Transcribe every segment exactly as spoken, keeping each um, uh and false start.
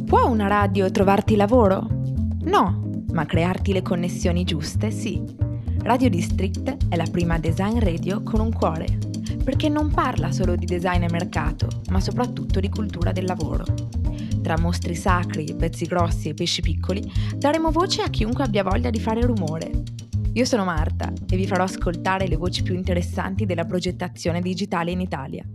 Può una radio trovarti lavoro? No, ma crearti le connessioni giuste sì. Radio District è la prima design radio con un cuore, perché non parla solo di design e mercato, ma soprattutto di cultura del lavoro. Tra mostri sacri, pezzi grossi e pesci piccoli, daremo voce a chiunque abbia voglia di fare rumore. Io sono Marta e vi farò ascoltare le voci più interessanti della progettazione digitale in Italia.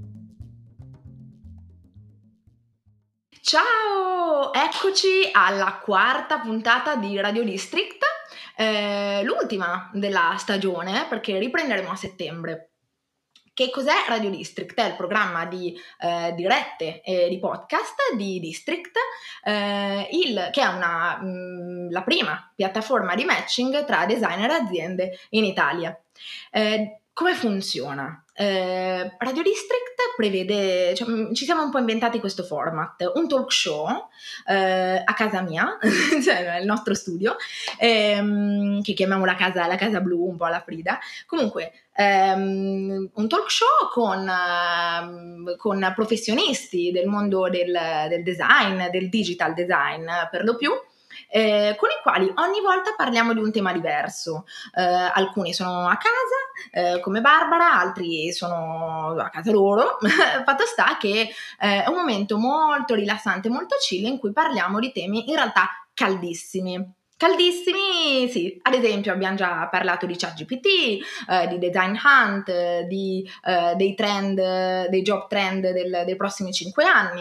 Ciao! Eccoci alla quarta puntata di Radio District, eh, l'ultima della stagione perché riprenderemo a settembre. Che cos'è Radio District? È il programma di eh, dirette e di podcast di District, eh, il, che è una, mh, la prima piattaforma di matching tra designer e aziende in Italia. Eh, come funziona? Eh, Radio District prevede, cioè, ci siamo un po' inventati questo format, un talk show eh, a casa mia, cioè il nostro studio, ehm, che chiamiamo la casa, la casa blu, un po' alla Frida. Comunque, ehm, un talk show con, eh, con professionisti del mondo del, del design, del digital design per lo più, Eh, con i quali ogni volta parliamo di un tema diverso. Eh, alcuni sono a casa, eh, come Barbara, altri sono a casa loro. Fatto sta che eh, è un momento molto rilassante, molto chill, in cui parliamo di temi in realtà caldissimi. Caldissimi, sì, ad esempio abbiamo già parlato di ChatGPT, eh, di Design Hunt, eh, di, eh, dei trend, dei job trend del, dei prossimi cinque anni.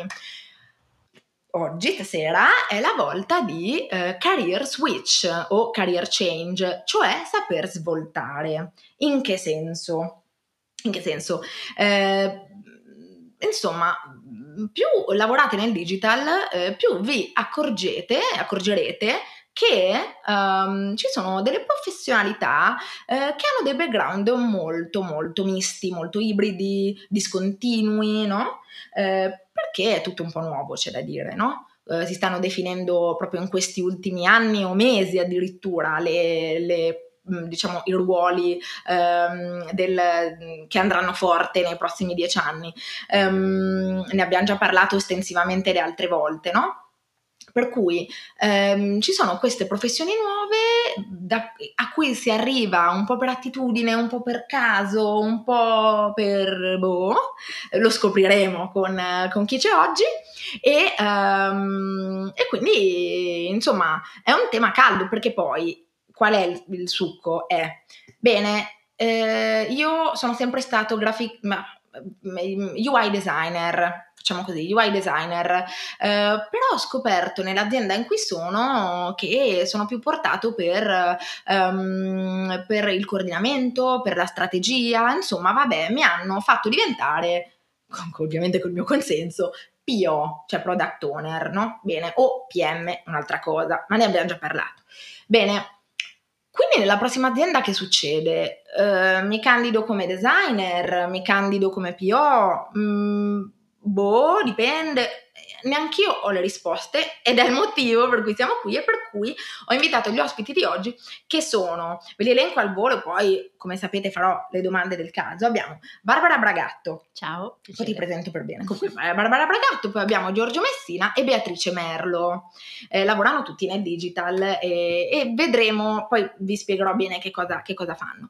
Oggi, stasera, è la volta di eh, career switch o career change, cioè saper svoltare. In che senso? In che senso? Eh, insomma, più lavorate nel digital, eh, più vi accorgete, accorgerete che um, ci sono delle professionalità eh, che hanno dei background molto molto misti, molto ibridi, discontinui, no? Eh, perché è tutto un po' nuovo, c'è da dire, no? Eh, si stanno definendo proprio in questi ultimi anni o mesi addirittura le, le diciamo i ruoli ehm, del, che andranno forte nei prossimi dieci anni. Um, ne abbiamo già parlato estensivamente le altre volte, no? Per cui ehm, ci sono queste professioni nuove da, a cui si arriva un po' per attitudine, un po' per caso, un po' per boh, lo scopriremo con, con chi c'è oggi e, um, e quindi insomma è un tema caldo, perché poi qual è il, il succo? È bene, eh, io sono sempre stato graphic ma, U I designer, facciamo così, U I designer, eh, però ho scoperto nell'azienda in cui sono che sono più portato per, um, per il coordinamento, per la strategia, insomma vabbè, mi hanno fatto diventare, ovviamente col mio consenso, P O, cioè Product Owner, no? Bene, o P M, un'altra cosa, ma ne abbiamo già parlato. Bene, quindi nella prossima azienda che succede? Uh, mi candido come designer, mi candido come P O? Mm, boh, dipende. Neanch'io ho le risposte ed è il motivo per cui siamo qui e per cui ho invitato gli ospiti di oggi, che sono, ve li elenco al volo, poi come sapete farò le domande del caso. Abbiamo Barbara Bragatto. Ciao. Poi ti presento per bene. Comunque, Barbara Bragatto, poi abbiamo Giorgio Messina e Beatrice Merlo. Eh, lavorano tutti nel digital e, e vedremo, poi vi spiegherò bene che cosa, che cosa fanno.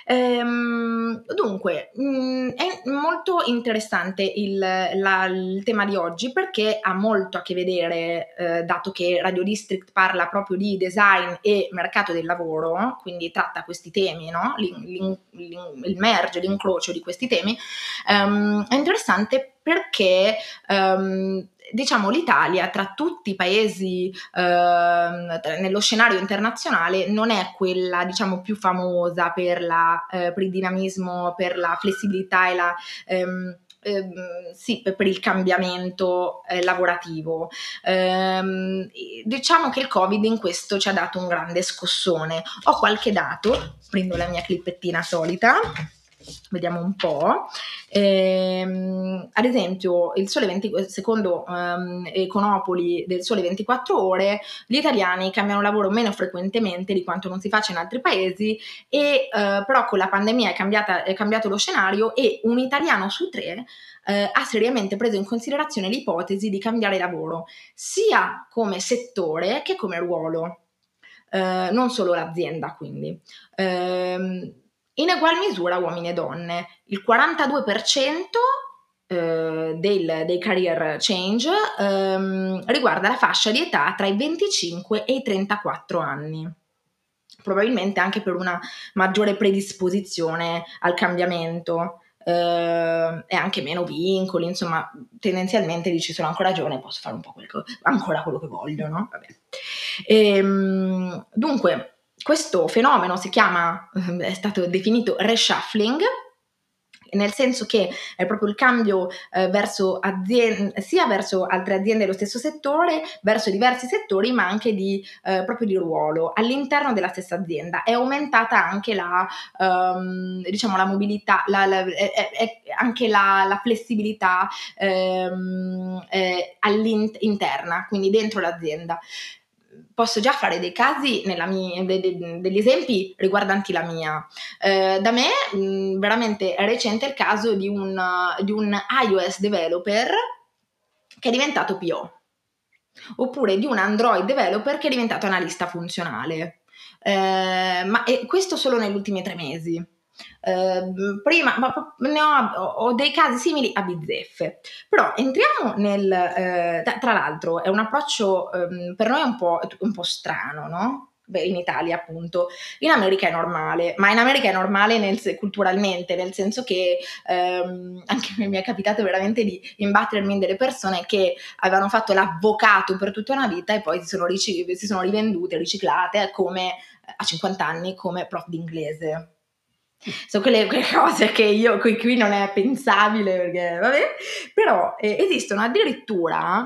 Ehm, dunque, mh, è molto interessante il, la, il tema di oggi, perché ha molto a che vedere, eh, dato che Radio District parla proprio di design e mercato del lavoro, quindi tratta questi temi, no? L'in, l'in, l'in, il merge, l'incrocio di questi temi. Um, è interessante perché um, diciamo l'Italia, tra tutti i paesi uh, nello scenario internazionale, non è quella diciamo più famosa per, la, uh, per il dinamismo, per la flessibilità e la um, Um, sì, per il cambiamento eh, lavorativo. Um, diciamo che il Covid in questo ci ha dato un grande scossone. Ho qualche dato, prendo la mia clippettina solita, vediamo un po'. Ehm, ad esempio, il Sole venti, secondo um, Econopoli del Sole ventiquattro Ore, gli italiani cambiano lavoro meno frequentemente di quanto non si faccia in altri paesi, e uh, però con la pandemia è, cambiata, è cambiato lo scenario e un italiano su tre eh, ha seriamente preso in considerazione l'ipotesi di cambiare lavoro, sia come settore che come ruolo, eh, non solo l'azienda quindi. Eh, in egual misura uomini e donne, il quarantadue per cento eh, del, dei career change ehm, riguarda la fascia di età tra i venticinque e i trentaquattro anni, probabilmente anche per una maggiore predisposizione al cambiamento eh, e anche meno vincoli, insomma tendenzialmente dici sono ancora giovane, posso fare un po' quel che, ancora quello che voglio, no? Vabbè. Ehm, dunque questo fenomeno si chiama, è stato definito reshuffling, nel senso che è proprio il cambio eh, verso aziende, sia verso altre aziende dello stesso settore, verso diversi settori, ma anche di, eh, proprio di ruolo all'interno della stessa azienda. È aumentata anche la, um, diciamo, la mobilità, la, la, è, è anche la, la flessibilità ehm, eh, all'interna, quindi dentro l'azienda. Posso già fare dei casi, nella mia, de, de, degli esempi riguardanti la mia. Eh, da me mh, veramente è recente il caso di un, di un iOS developer che è diventato P O, oppure di un Android developer che è diventato analista funzionale. Eh, ma e questo solo negli ultimi tre mesi. Eh, prima ma ne ho, ho dei casi simili a bizzeffe, però entriamo nel eh, tra l'altro è un approccio eh, per noi un po', un po' strano, no? Beh, in Italia appunto, in America è normale, ma in America è normale nel, culturalmente, nel senso che ehm, anche mi è capitato veramente di imbattermi in delle persone che avevano fatto l'avvocato per tutta una vita e poi si sono, ric- si sono rivendute, riciclate come a cinquanta anni come prof di inglese. Sono quelle, quelle cose che io qui, qui non è pensabile, perché vabbè, però eh, esistono addirittura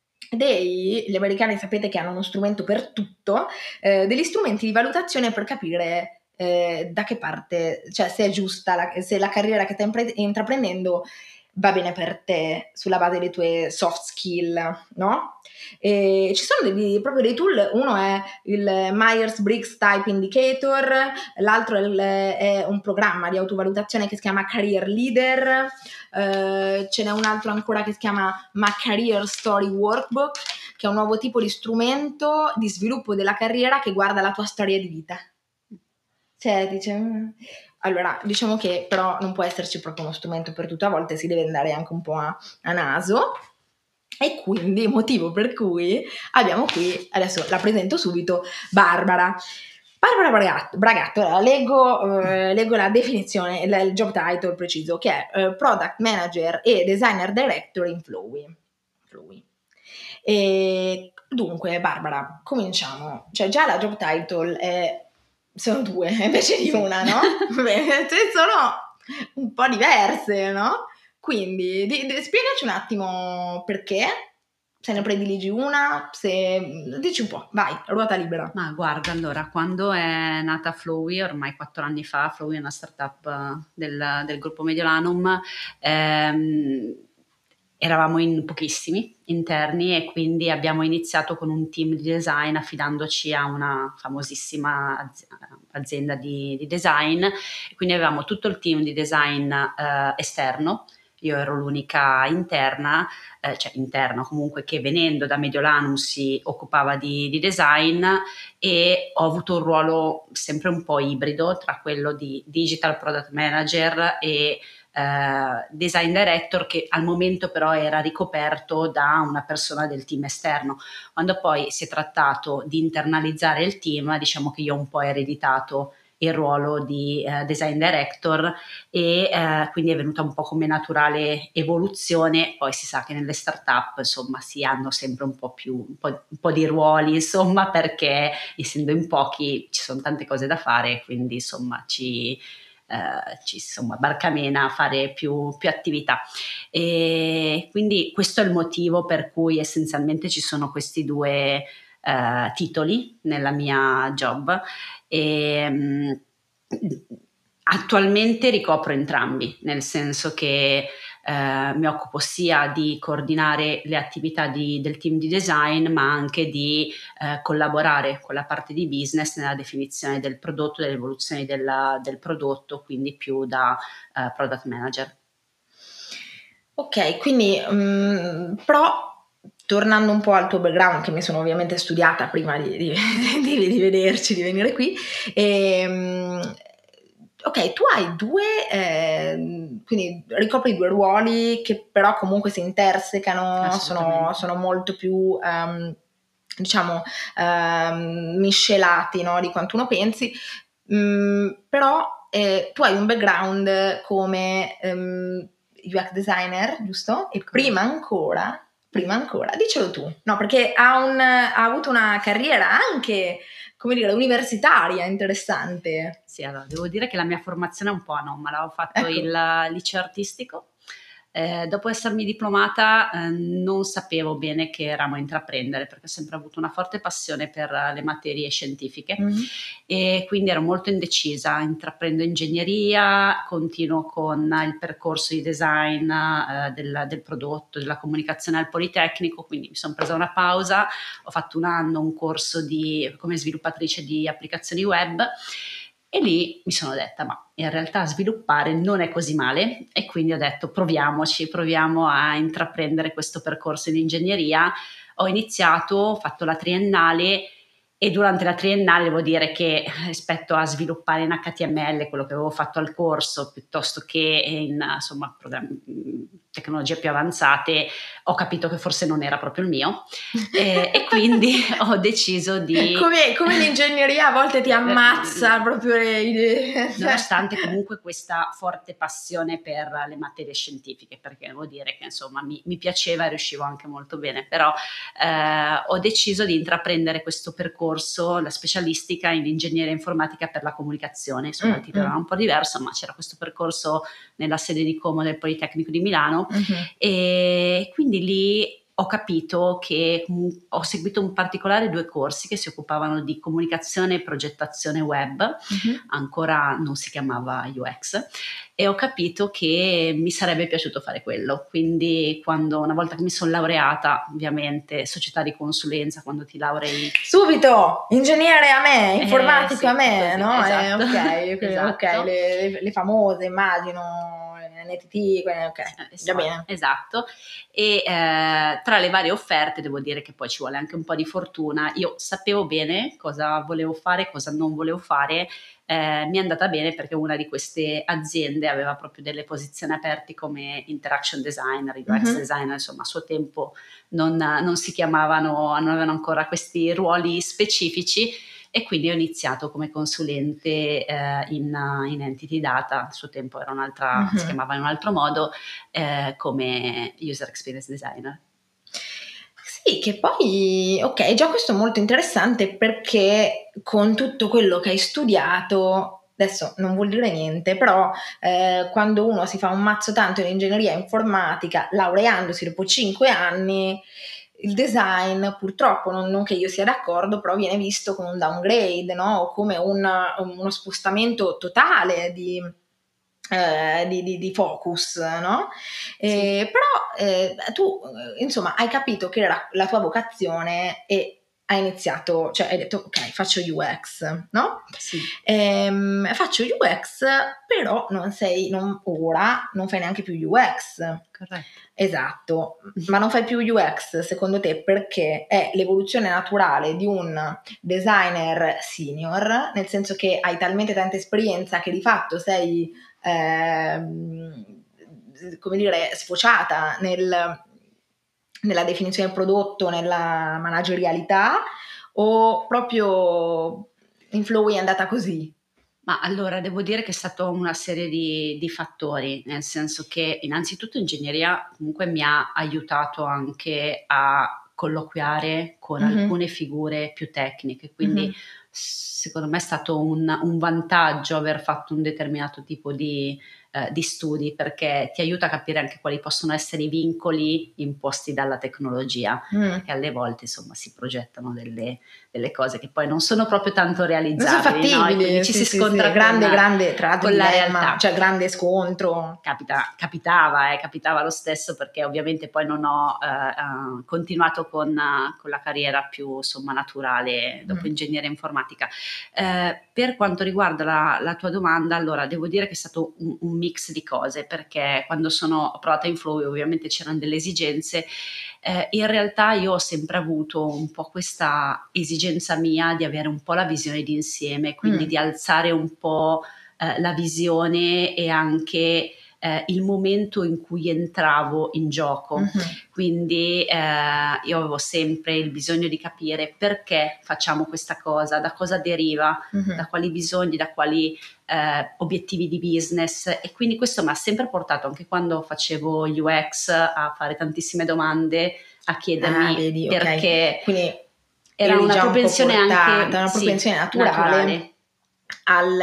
dei, gli americani sapete che hanno uno strumento per tutto, eh, degli strumenti di valutazione per capire eh, da che parte, cioè se è giusta, la, se la carriera che stai intraprendendo va bene per te sulla base delle tue soft skill, no? E ci sono dei, proprio dei tool, uno è il Myers-Briggs Type Indicator, l'altro è, il, è un programma di autovalutazione che si chiama Career Leader, eh, ce n'è un altro ancora che si chiama My Career Story Workbook, che è un nuovo tipo di strumento di sviluppo della carriera che guarda la tua storia di vita. Cioè, dice... Allora, diciamo che però non può esserci proprio uno strumento per tutto, a volte si deve andare anche un po' a, a naso, e quindi motivo per cui abbiamo qui, adesso la presento subito, Barbara. Barbara Bragatto, Bragatto allora, leggo, eh, leggo la definizione, il, il job title preciso, che è eh, Product Manager e Designer Director in Flowey. Flowey. E dunque, Barbara, cominciamo. Cioè, già la job title è... sono due invece di una, no? Beh, sono un po' diverse, no? Quindi di, di, spiegaci un attimo perché, se ne prediligi una, se... dici un po', vai, ruota libera. Ma guarda, allora, quando è nata Flowey, ormai quattro anni fa, Flowey è una startup del, del gruppo Mediolanum, ehm, eravamo in pochissimi interni e quindi abbiamo iniziato con un team di design affidandoci a una famosissima azienda di, di design, quindi avevamo tutto il team di design eh, esterno. Io ero l'unica interna, eh, cioè interna comunque, che venendo da Mediolanum si occupava di, di design, e ho avuto un ruolo sempre un po' ibrido tra quello di digital product manager e Uh, design director, che al momento però era ricoperto da una persona del team esterno. Quando poi si è trattato di internalizzare il team, diciamo che io ho un po' ereditato il ruolo di uh, design director e uh, quindi è venuta un po' come naturale evoluzione. Poi si sa che nelle startup insomma si hanno sempre un po' più un po', un po' di ruoli, insomma, perché essendo in pochi ci sono tante cose da fare, quindi insomma ci Uh, ci, insomma, barcamena a fare più, più attività, e quindi questo è il motivo per cui essenzialmente ci sono questi due uh, titoli nella mia job, e um, attualmente ricopro entrambi, nel senso che Uh, mi occupo sia di coordinare le attività di, del team di design, ma anche di uh, collaborare con la parte di business nella definizione del prodotto, dell'evoluzione della, del prodotto, quindi più da uh, product manager. Ok, quindi um, però tornando un po' al tuo background, che mi sono ovviamente studiata prima di, di, di, di vederci, di venire qui, e, um, ok, tu hai due, eh, quindi ricopri due ruoli che però comunque si intersecano, sono, sono molto più, um, diciamo, um, miscelati, no, di quanto uno pensi, um, però eh, tu hai un background come um, U X designer, giusto? E prima ancora, prima ancora, dicelo tu, no, perché ha, un, ha avuto una carriera anche, come dire, universitaria interessante. Sì, allora, devo dire che la mia formazione è un po' anomala, ho fatto ecco. il liceo artistico, eh, dopo essermi diplomata eh, non sapevo bene che ramo intraprendere, perché ho sempre avuto una forte passione per le materie scientifiche mm-hmm. e quindi ero molto indecisa, intraprendo ingegneria, continuo con il percorso di design eh, del, del prodotto, della comunicazione al Politecnico, quindi mi sono presa una pausa, ho fatto un anno un corso di, come sviluppatrice di applicazioni web. E lì mi sono detta, ma in realtà sviluppare non è così male, e quindi ho detto proviamoci, proviamo a intraprendere questo percorso di ingegneria. Ho iniziato, ho fatto la triennale e durante la triennale devo dire che rispetto a sviluppare in H T M L quello che avevo fatto al corso piuttosto che in insomma programmi, tecnologie più avanzate, ho capito che forse non era proprio il mio e, e quindi ho deciso di... Come, come l'ingegneria a volte ti ammazza proprio le idee. Nonostante comunque questa forte passione per le materie scientifiche, perché devo dire che insomma mi, mi piaceva e riuscivo anche molto bene, però eh, ho deciso di intraprendere questo percorso, la specialistica in ingegneria informatica per la comunicazione. Insomma, il titolo era un po' diverso, ma c'era questo percorso nella sede di Como del Politecnico di Milano. Uh-huh. E quindi lì ho capito che mh, ho seguito in particolare due corsi che si occupavano di comunicazione e progettazione web, uh-huh. ancora non si chiamava U X, e ho capito che mi sarebbe piaciuto fare quello. Quindi quando, una volta che mi sono laureata, ovviamente società di consulenza, quando ti laurei subito ingegnere a me, informatico eh, sì, a me, così, no? Esatto, eh, ok, esatto. okay. Le, le, le famose immagino N T T, ok, eh, già bene. Esatto, e eh, tra le varie offerte devo dire che poi ci vuole anche un po' di fortuna. Io sapevo bene cosa volevo fare, cosa non volevo fare, eh, mi è andata bene perché una di queste aziende aveva proprio delle posizioni aperte come interaction designer, U X mm-hmm. designer, insomma a suo tempo non, non si chiamavano, non avevano ancora questi ruoli specifici. E quindi ho iniziato come consulente eh, in, in Entity Data, a suo tempo era un'altra, uh-huh. si chiamava in un altro modo, eh, come User Experience Designer. Sì, che poi, ok, già questo è molto interessante perché con tutto quello che hai studiato, adesso non vuol dire niente, però eh, quando uno si fa un mazzo tanto in ingegneria informatica, laureandosi dopo cinque anni, il design purtroppo, non, non che io sia d'accordo, però viene visto come un downgrade, no? O come un, uno spostamento totale di, eh, di, di, di focus, no? Eh, sì. Però eh, tu insomma hai capito che era la tua vocazione e hai iniziato, cioè hai detto ok, faccio U X, no? Sì. Ehm, faccio U X, però non sei, non, ora non fai neanche più U X. Corretto. Esatto, ma non fai più U X secondo te perché è l'evoluzione naturale di un designer senior, nel senso che hai talmente tanta esperienza che di fatto sei, eh, come dire, sfociata nel, nella definizione del prodotto, nella managerialità, o proprio in flow è andata così? Ma allora devo dire che è stata una serie di, di fattori, nel senso che innanzitutto ingegneria comunque mi ha aiutato anche a colloquiare con mm-hmm. alcune figure più tecniche, quindi mm-hmm. secondo me è stato un, un vantaggio aver fatto un determinato tipo di, eh, di studi, perché ti aiuta a capire anche quali possono essere i vincoli imposti dalla tecnologia, mm. che alle volte insomma si progettano delle, delle cose che poi non sono proprio tanto realizzabili, no? E quindi sì, ci si sì, scontra sì. con, grande, grande, tra con la realtà, cioè grande scontro. Capita, capitava, eh, capitava lo stesso, perché ovviamente poi non ho eh, uh, continuato con, uh, con la carriera carriera più insomma naturale dopo Mm. ingegneria informatica. Eh, per quanto riguarda la, la tua domanda, allora devo dire che è stato un, un mix di cose, perché quando sono ho provato Inflowy ovviamente c'erano delle esigenze. Eh, in realtà io ho sempre avuto un po' questa esigenza mia di avere un po' la visione d'insieme, quindi Mm. di alzare un po' eh, la visione e anche eh, il momento in cui entravo in gioco. Mhm. Quindi eh, io avevo sempre il bisogno di capire perché facciamo questa cosa, da cosa deriva, Mhm. da quali bisogni, da quali eh, obiettivi di business, e quindi questo mi ha sempre portato, anche quando facevo U X, a fare tantissime domande, a chiedermi Ah, vedi, ok. perché Quindi era eri una già un po' propensione portata, anche una sì, propensione naturale, naturale. al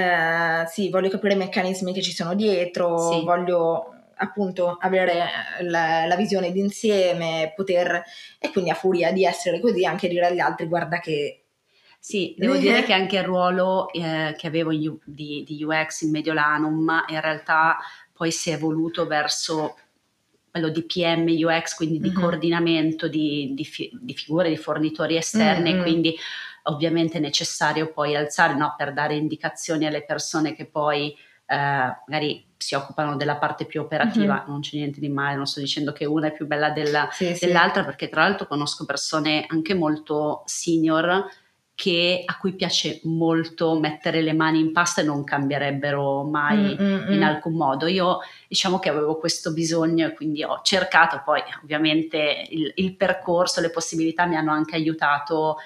eh, sì, voglio capire i meccanismi che ci sono dietro, Sì. voglio appunto avere la, la visione d'insieme, poter, e quindi a furia di essere così anche dire agli altri guarda che Sì, devo dire che anche il ruolo eh, che avevo in U- di, di U X in Mediolanum in realtà poi si è evoluto verso quello di P M U X, quindi di Mhm. coordinamento di, di fi- di figure, di fornitori esterni, Mm, mm. e quindi ovviamente è necessario poi alzare, no, per dare indicazioni alle persone che poi eh, magari si occupano della parte più operativa. Mhm. Non c'è niente di male, non sto dicendo che una è più bella della, Sì, sì. dell'altra, perché tra l'altro conosco persone anche molto senior che, a cui piace molto mettere le mani in pasta e non cambierebbero mai Mm, mm, in mm. alcun modo. Io diciamo che avevo questo bisogno e quindi ho cercato, poi ovviamente il, il percorso, le possibilità mi hanno anche aiutato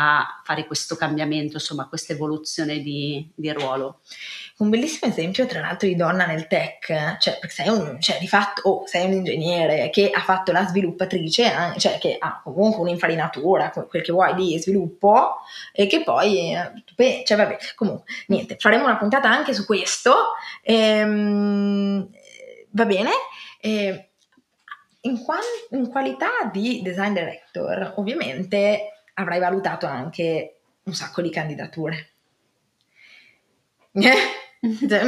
a fare questo cambiamento, insomma questa evoluzione di, di ruolo. Un bellissimo esempio, tra l'altro, di donna nel tech, cioè, perché sei un, cioè, di fatto, oh, sei un ingegnere che ha fatto la sviluppatrice, eh, cioè, che ha comunque un'infarinatura, quel che vuoi, di sviluppo, e che poi, eh, cioè, vabbè, comunque, niente, faremo una puntata anche su questo, ehm, va bene, eh, in, qua- in qualità di design director, ovviamente, avrai valutato anche un sacco di candidature. Già,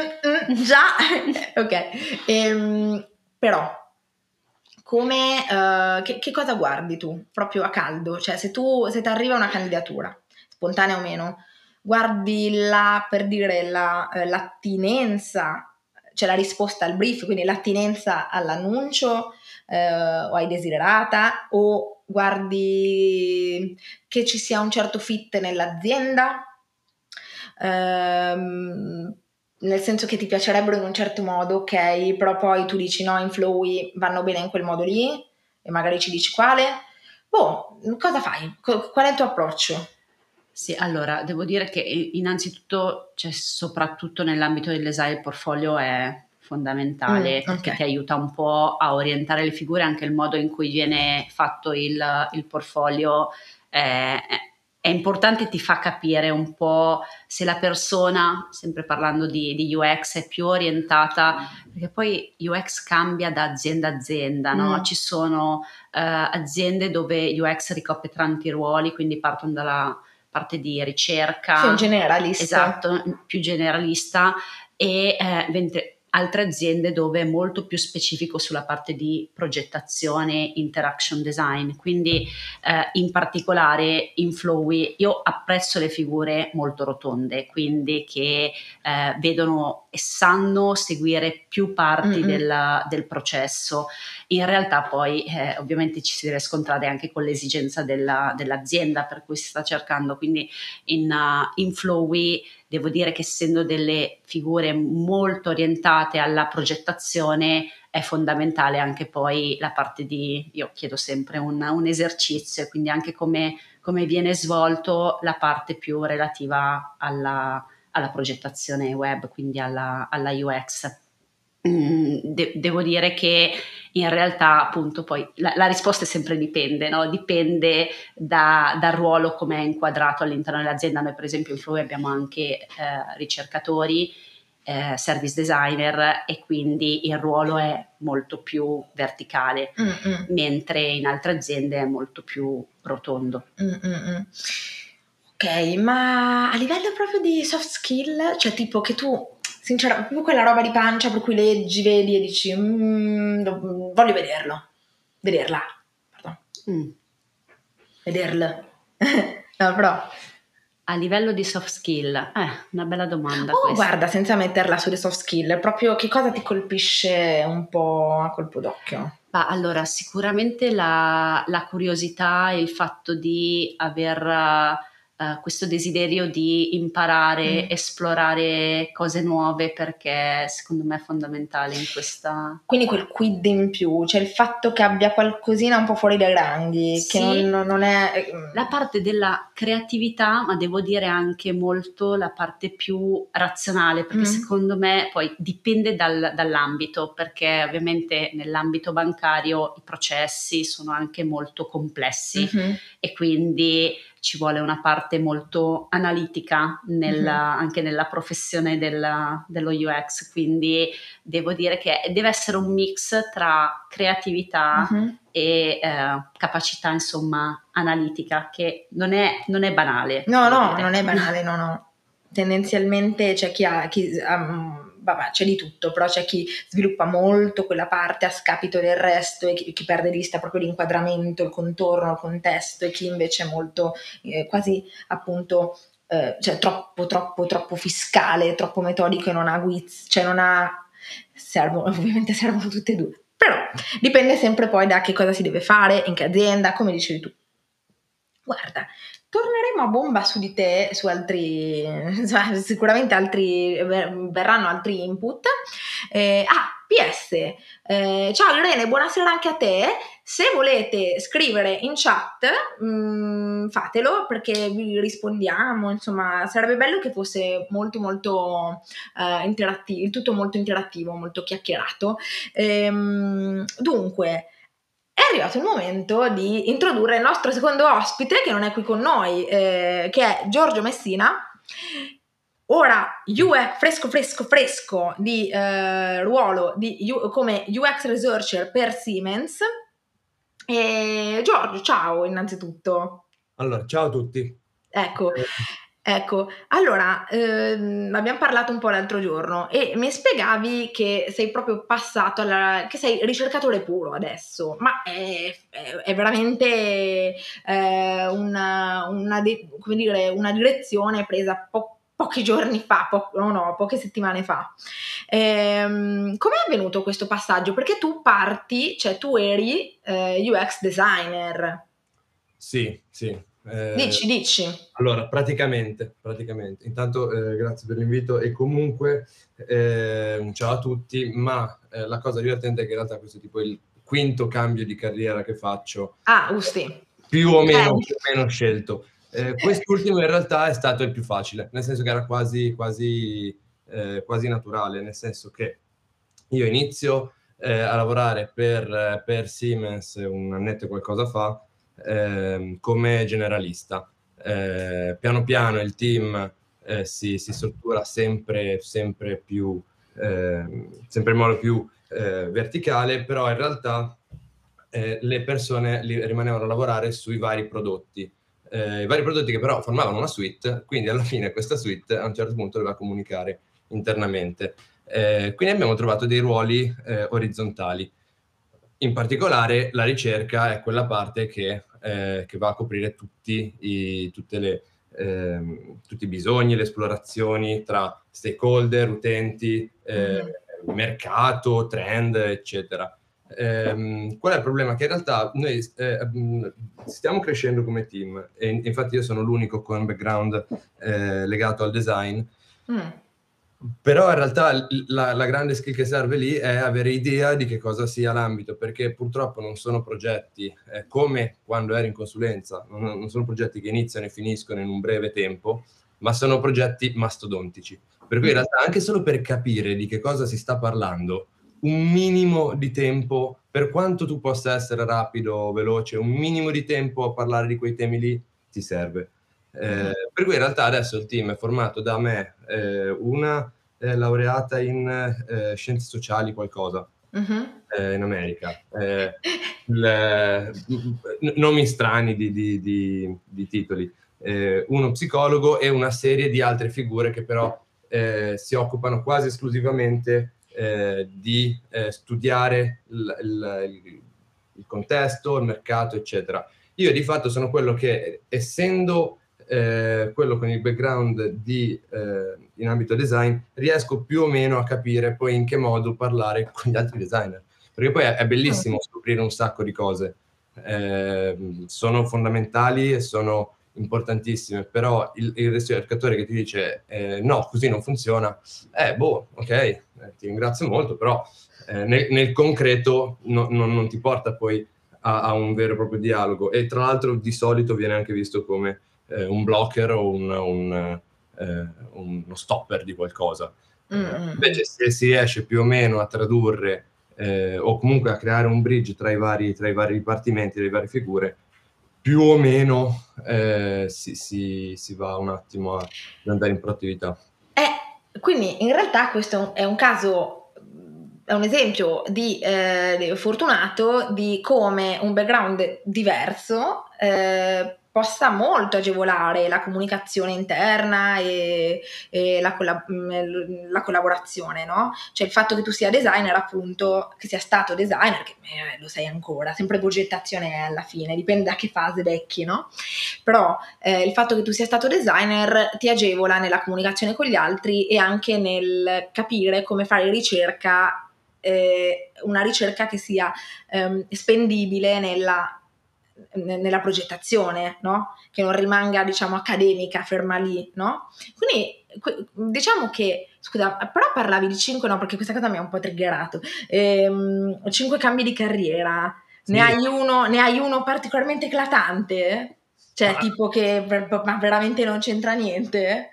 ok. Ehm, però, come, eh, che, che cosa guardi tu proprio a caldo? Cioè, se tu se ti arriva una candidatura, spontanea o meno, guardi la, per dire la, eh, l'attinenza, cioè la risposta al brief, quindi l'attinenza all'annuncio eh, o ai desiderata, o guardi che ci sia un certo fit nell'azienda? Ehm, nel senso che ti piacerebbero in un certo modo, ok, però poi tu dici no, in Flowy vanno bene in quel modo lì, e magari ci dici quale. Boh, cosa fai? Qual è il tuo approccio? Sì, allora devo dire che innanzitutto, cioè, soprattutto nell'ambito del design, il portfolio è fondamentale, Mm, perché ok. ti aiuta un po' a orientare le figure, anche il modo in cui viene fatto il, il portfolio è, è importante, ti fa capire un po' se la persona, sempre parlando di, di U X, è più orientata, perché poi U X cambia da azienda a azienda, no? Mm. Ci sono eh, aziende dove U X ricopre tanti ruoli, quindi partono dalla parte di ricerca, Sei un generalista. esatto, più generalista, e eh, mentre altre aziende dove è molto più specifico sulla parte di progettazione, interaction design. Quindi eh, in particolare in Flowy io apprezzo le figure molto rotonde, quindi che eh, vedono e sanno seguire più parti Mm-mm. del, del processo. In realtà poi eh, ovviamente ci si deve scontrare anche con l'esigenza della, dell'azienda per cui si sta cercando, quindi in, uh, in Flowy devo dire che, essendo delle figure molto orientate alla progettazione, è fondamentale anche poi la parte di, io chiedo sempre un, un esercizio, quindi anche come, come viene svolto la parte più relativa alla, alla progettazione web, quindi alla, alla U X. Mm, de- devo dire che in realtà appunto poi la, la risposta è sempre dipende, no? Dipende da, dal ruolo come è inquadrato all'interno dell'azienda. Noi per esempio in Flowy abbiamo anche eh, ricercatori, eh, service designer, e quindi il ruolo è molto più verticale, Mm-mm. mentre in altre aziende è molto più rotondo. Mm-mm. Ok, ma a livello proprio di soft skill, cioè tipo che tu, sinceramente, proprio quella roba di pancia per cui leggi, vedi e dici "Mm, lo- voglio vederlo, vederla, pardon." Mm. vederle. No, però... A livello di soft skill, eh, una bella domanda Oh, questa. guarda, senza metterla sulle soft skill, proprio che cosa ti colpisce un po' a colpo d'occhio? Ma allora, sicuramente la, la curiosità e il fatto di aver uh, questo desiderio di imparare, Mm. esplorare cose nuove, perché secondo me è fondamentale in questa... Quindi quel quid in più, cioè il fatto che abbia qualcosina un po' fuori dai ranghi, Sì, che non, non è... la parte della creatività, ma devo dire anche molto la parte più razionale, perché Mm. secondo me poi dipende dal- dall'ambito, perché ovviamente nell'ambito bancario i processi sono anche molto complessi Mhm. e quindi ci vuole una parte molto analitica nella- anche nella professione della- dello U X, quindi devo dire che deve essere un mix tra creatività Mhm. e eh, capacità insomma analitica, che non è, non è banale. No, devo no, dire. non è banale, no, no. Tendenzialmente c'è chi ha, chi, um, vabbè, c'è di tutto, però c'è chi sviluppa molto quella parte a scapito del resto e chi, chi perde di vista proprio l'inquadramento, il contorno, il contesto, e chi invece è molto eh, quasi appunto eh, cioè troppo, troppo, troppo fiscale, troppo metodico e non ha guizz, cioè non ha, servono, ovviamente servono tutte e due, però dipende sempre poi da che cosa si deve fare, in che azienda, come dicevi tu. Guarda, torneremo a bomba su di te, su altri, cioè, sicuramente altri, ver- verranno altri input. Eh, ah, P S, eh, ciao Irene, buonasera anche a te. Se volete scrivere in chat, mh, fatelo perché vi rispondiamo. Insomma, sarebbe bello che fosse molto, molto eh, interattivo, tutto molto interattivo, molto chiacchierato. Ehm, dunque. È arrivato il momento di introdurre il nostro secondo ospite, che non è qui con noi, eh, che è Giorgio Messina. Ora U X fresco fresco fresco di eh, ruolo di U, come U X researcher per Siemens. E Giorgio, ciao innanzitutto. Allora, ciao a tutti. Ecco, Eh, ecco, allora ehm, abbiamo parlato un po' l'altro giorno e mi spiegavi che sei proprio passato alla, che sei ricercatore puro adesso, ma è, è, è veramente eh, una, una, di- come dire, una direzione presa po- pochi giorni fa, po- no, no, poche settimane fa. Ehm, com'è avvenuto questo passaggio? Perché tu parti, cioè tu eri eh, U X designer. Sì, sì. Eh, Dici, dici. Allora, praticamente, praticamente. Intanto eh, grazie per l'invito e comunque eh, ciao a tutti, ma eh, la cosa divertente è che in realtà questo è tipo il quinto cambio di carriera che faccio. Ah, Usti. Più o meno, Eh. più o meno scelto. Eh, quest'ultimo in realtà è stato il più facile, nel senso che era quasi, quasi, eh, quasi naturale, nel senso che io inizio eh, a lavorare per, per Siemens un annetto e qualcosa fa ehm, come generalista. Eh, piano piano il team eh, si, si struttura sempre, sempre più, eh, sempre in modo più eh, verticale, però in realtà eh, le persone li, rimanevano a lavorare sui vari prodotti. Eh, I vari prodotti che però formavano una suite, quindi alla fine questa suite a un certo punto doveva comunicare internamente. Eh, quindi abbiamo trovato dei ruoli eh, orizzontali. In particolare la ricerca è quella parte che, eh, che va a coprire tutti i, tutte le, ehm, tutti i bisogni, le esplorazioni tra stakeholder, utenti, eh, Mhm. mercato, trend, eccetera. Ehm, qual è il problema? Che in realtà noi eh, mh, stiamo crescendo come team e in- infatti io sono l'unico con background eh, legato al design. Mm. Però in realtà l- la, la grande skill che serve lì è avere idea di che cosa sia l'ambito, perché purtroppo non sono progetti eh, come quando ero in consulenza, non, non sono progetti che iniziano e finiscono in un breve tempo, ma sono progetti mastodontici. Per cui in realtà anche solo per capire di che cosa si sta parlando, un minimo di tempo, per quanto tu possa essere rapido o veloce, un minimo di tempo a parlare di quei temi lì ti serve. Eh, per cui in realtà adesso il team è formato da me, eh, una eh, laureata in eh, scienze sociali qualcosa, Mhm. eh, in America. Eh, le, n- nomi strani di, di- di- di titoli. Eh, uno psicologo e una serie di altre figure che però eh, si occupano quasi esclusivamente eh, di eh, studiare il, il- il- il contesto, il mercato, eccetera. io di fatto sono quello che, essendo eh, quello con il background di, eh, in ambito design, riesco più o meno a capire poi in che modo parlare con gli altri designer, perché poi è, è bellissimo scoprire un sacco di cose, eh, sono fondamentali e sono importantissime, però il, il ricercatore che ti dice eh, no, così non funziona, eh boh, ok, eh, ti ringrazio molto, però eh, nel, nel concreto no, no, non ti porta poi a, a un vero e proprio dialogo, e tra l'altro di solito viene anche visto come eh, un blocker o un, un, eh, uno stopper di qualcosa. Mm-hmm. Eh, invece se si riesce più o meno a tradurre eh, o comunque a creare un bridge tra i vari, tra i vari dipartimenti, le varie figure, più o meno eh, si, si, si va un attimo ad andare in proattività. Eh, quindi in realtà questo è un caso, è un esempio di eh, fortunato di come un background diverso eh, possa molto agevolare la comunicazione interna e, e la, collab- la collaborazione, no? Cioè il fatto che tu sia designer, appunto, che sia stato designer, che eh, lo sei ancora, sempre progettazione alla fine, dipende da che fase becchi, no? Però eh, il fatto che tu sia stato designer ti agevola nella comunicazione con gli altri e anche nel capire come fare ricerca, eh, una ricerca che sia ehm, spendibile nella nella progettazione, no? Che non rimanga, diciamo, accademica, ferma lì, no? Quindi diciamo che, scusa, però parlavi di cinque, no? Perché questa cosa mi ha un po' triggerato. Ehm, cinque cambi di carriera. Sì. Ne hai uno, ne hai uno particolarmente eclatante? Cioè, ah. tipo che ma veramente non c'entra niente?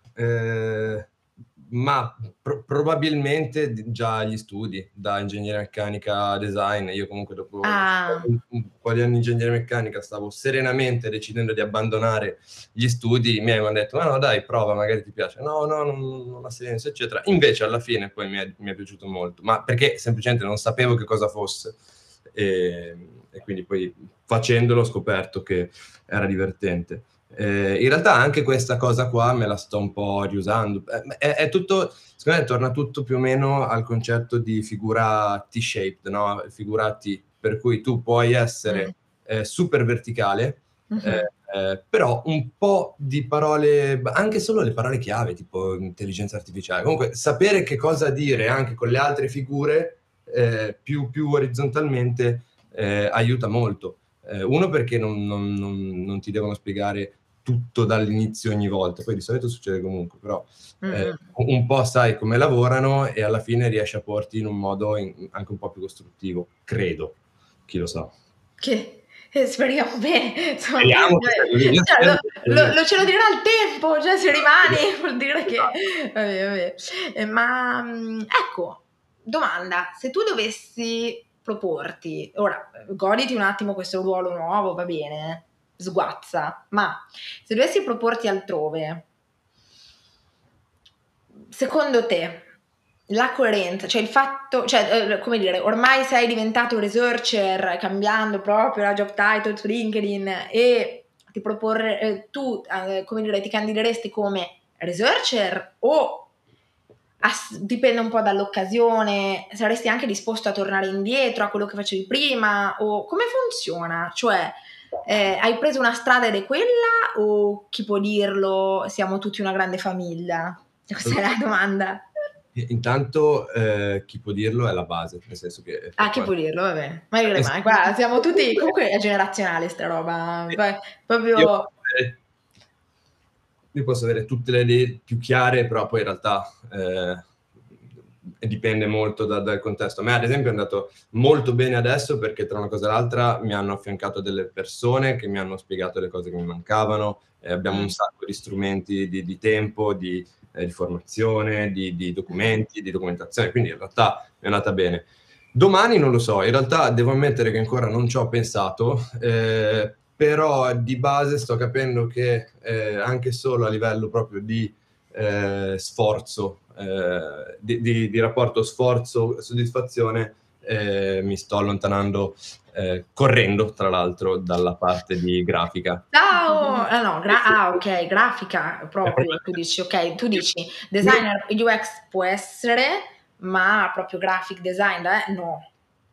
Eh... Ma pro- probabilmente già gli studi, da ingegneria meccanica a design. Io comunque dopo ah. un, un po' di anni di ingegneria meccanica stavo serenamente decidendo di abbandonare gli studi, i miei mi hanno detto ma no dai prova, magari ti piace, no no non, non ha senso eccetera, invece alla fine poi mi è, mi è piaciuto molto, ma perché semplicemente non sapevo che cosa fosse e, e quindi poi facendolo ho scoperto che era divertente. Eh, in realtà anche questa cosa qua me la sto un po' riusando, è, è tutto, secondo me torna tutto più o meno al concetto di figura T-shaped, no? Figura T, per cui tu puoi essere mm. eh, super verticale, mm-hmm. eh, eh, però un po' di parole, anche solo le parole chiave, tipo intelligenza artificiale, comunque sapere che cosa dire anche con le altre figure eh, più, più orizzontalmente eh, aiuta molto. Eh, uno perché non, non, non, non ti devono spiegare tutto dall'inizio ogni volta, poi di solito succede comunque, però eh, mm-hmm. un po' sai come lavorano e alla fine riesci a porti in un modo in, anche un po' più costruttivo, credo, chi lo sa. Che... Speriamo bene, speriamo cioè, cioè, lo, lo, lo ce lo dirà il tempo, cioè se rimani vuol dire che vabbè, vabbè. Eh, ma ecco, domanda, se tu dovessi proporti, ora goditi un attimo questo ruolo nuovo, va bene, sguazza, ma se dovessi proporti altrove, secondo te la coerenza, cioè il fatto, cioè eh, come dire, ormai sei diventato un researcher cambiando proprio la job title su LinkedIn e ti proporre, eh, tu eh, come dire, ti candideresti come researcher o ass- dipende un po' dall'occasione, saresti anche disposto a tornare indietro a quello che facevi prima o come funziona? Cioè eh, hai preso una strada ed è quella o chi può dirlo, siamo tutti una grande famiglia? Questa è la domanda. Intanto eh, chi può dirlo è la base, nel senso che... Ah, chi può dirlo, vabbè. Ma io le mani, guarda, siamo tutti... Comunque è generazionale sta roba. Poi, proprio... Io, eh, io posso avere tutte le idee più chiare, però poi in realtà eh, dipende molto da, dal contesto. A me ad esempio è andato molto bene adesso perché tra una cosa e l'altra mi hanno affiancato delle persone che mi hanno spiegato le cose che mi mancavano, eh, abbiamo mm. un sacco di strumenti di, di tempo, di... di formazione, di, di documenti, di documentazione, quindi in realtà è andata bene. Domani non lo so, in realtà devo ammettere che ancora non ci ho pensato, eh, però di base sto capendo che eh, anche solo a livello proprio di eh, sforzo, eh, di, di, di rapporto sforzo-soddisfazione, eh, mi sto allontanando Eh, correndo tra l'altro dalla parte di grafica. Ciao! Ah, no, gra- ah ok, grafica proprio, tu dici, ok, tu dici designer U X può essere, ma proprio graphic design, eh? No,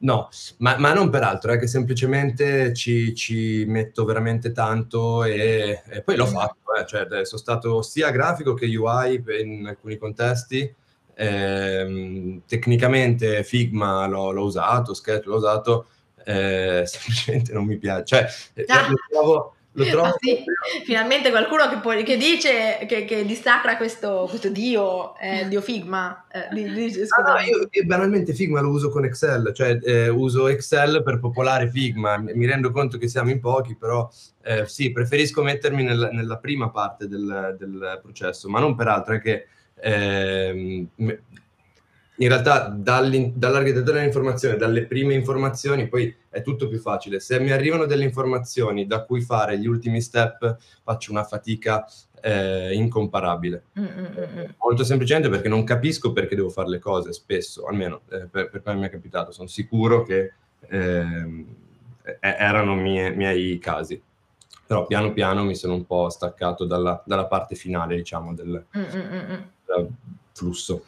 No, ma, ma non per altro, è che semplicemente ci, ci metto veramente tanto e, e poi l'ho fatto, eh, cioè sono stato sia grafico che U I in alcuni contesti, ehm, tecnicamente Figma l'ho, l'ho usato, Sketch l'ho usato, eh, semplicemente non mi piace, cioè Ah. lo trovo... Lo trovo ah, sì. Finalmente qualcuno che, poi, che dice che, che dissacra questo, questo dio, eh, dio Figma. Eh, dice, ah, no, io, io banalmente Figma lo uso con Excel, cioè eh, uso Excel per popolare Figma, mi rendo conto che siamo in pochi, però eh, sì, preferisco mettermi nel, nella prima parte del, del processo, ma non per altro, è che eh, in realtà dall'architettura dell'informazione, dalle prime informazioni, poi è tutto più facile. Se mi arrivano delle informazioni da cui fare gli ultimi step, faccio una fatica eh, incomparabile. Mm-mm. Molto semplicemente perché non capisco perché devo fare le cose spesso, almeno eh, per, per come mi è capitato. Sono sicuro che eh, erano mie, miei casi. Però piano piano mi sono un po' staccato dalla, dalla parte finale, diciamo, del, del flusso.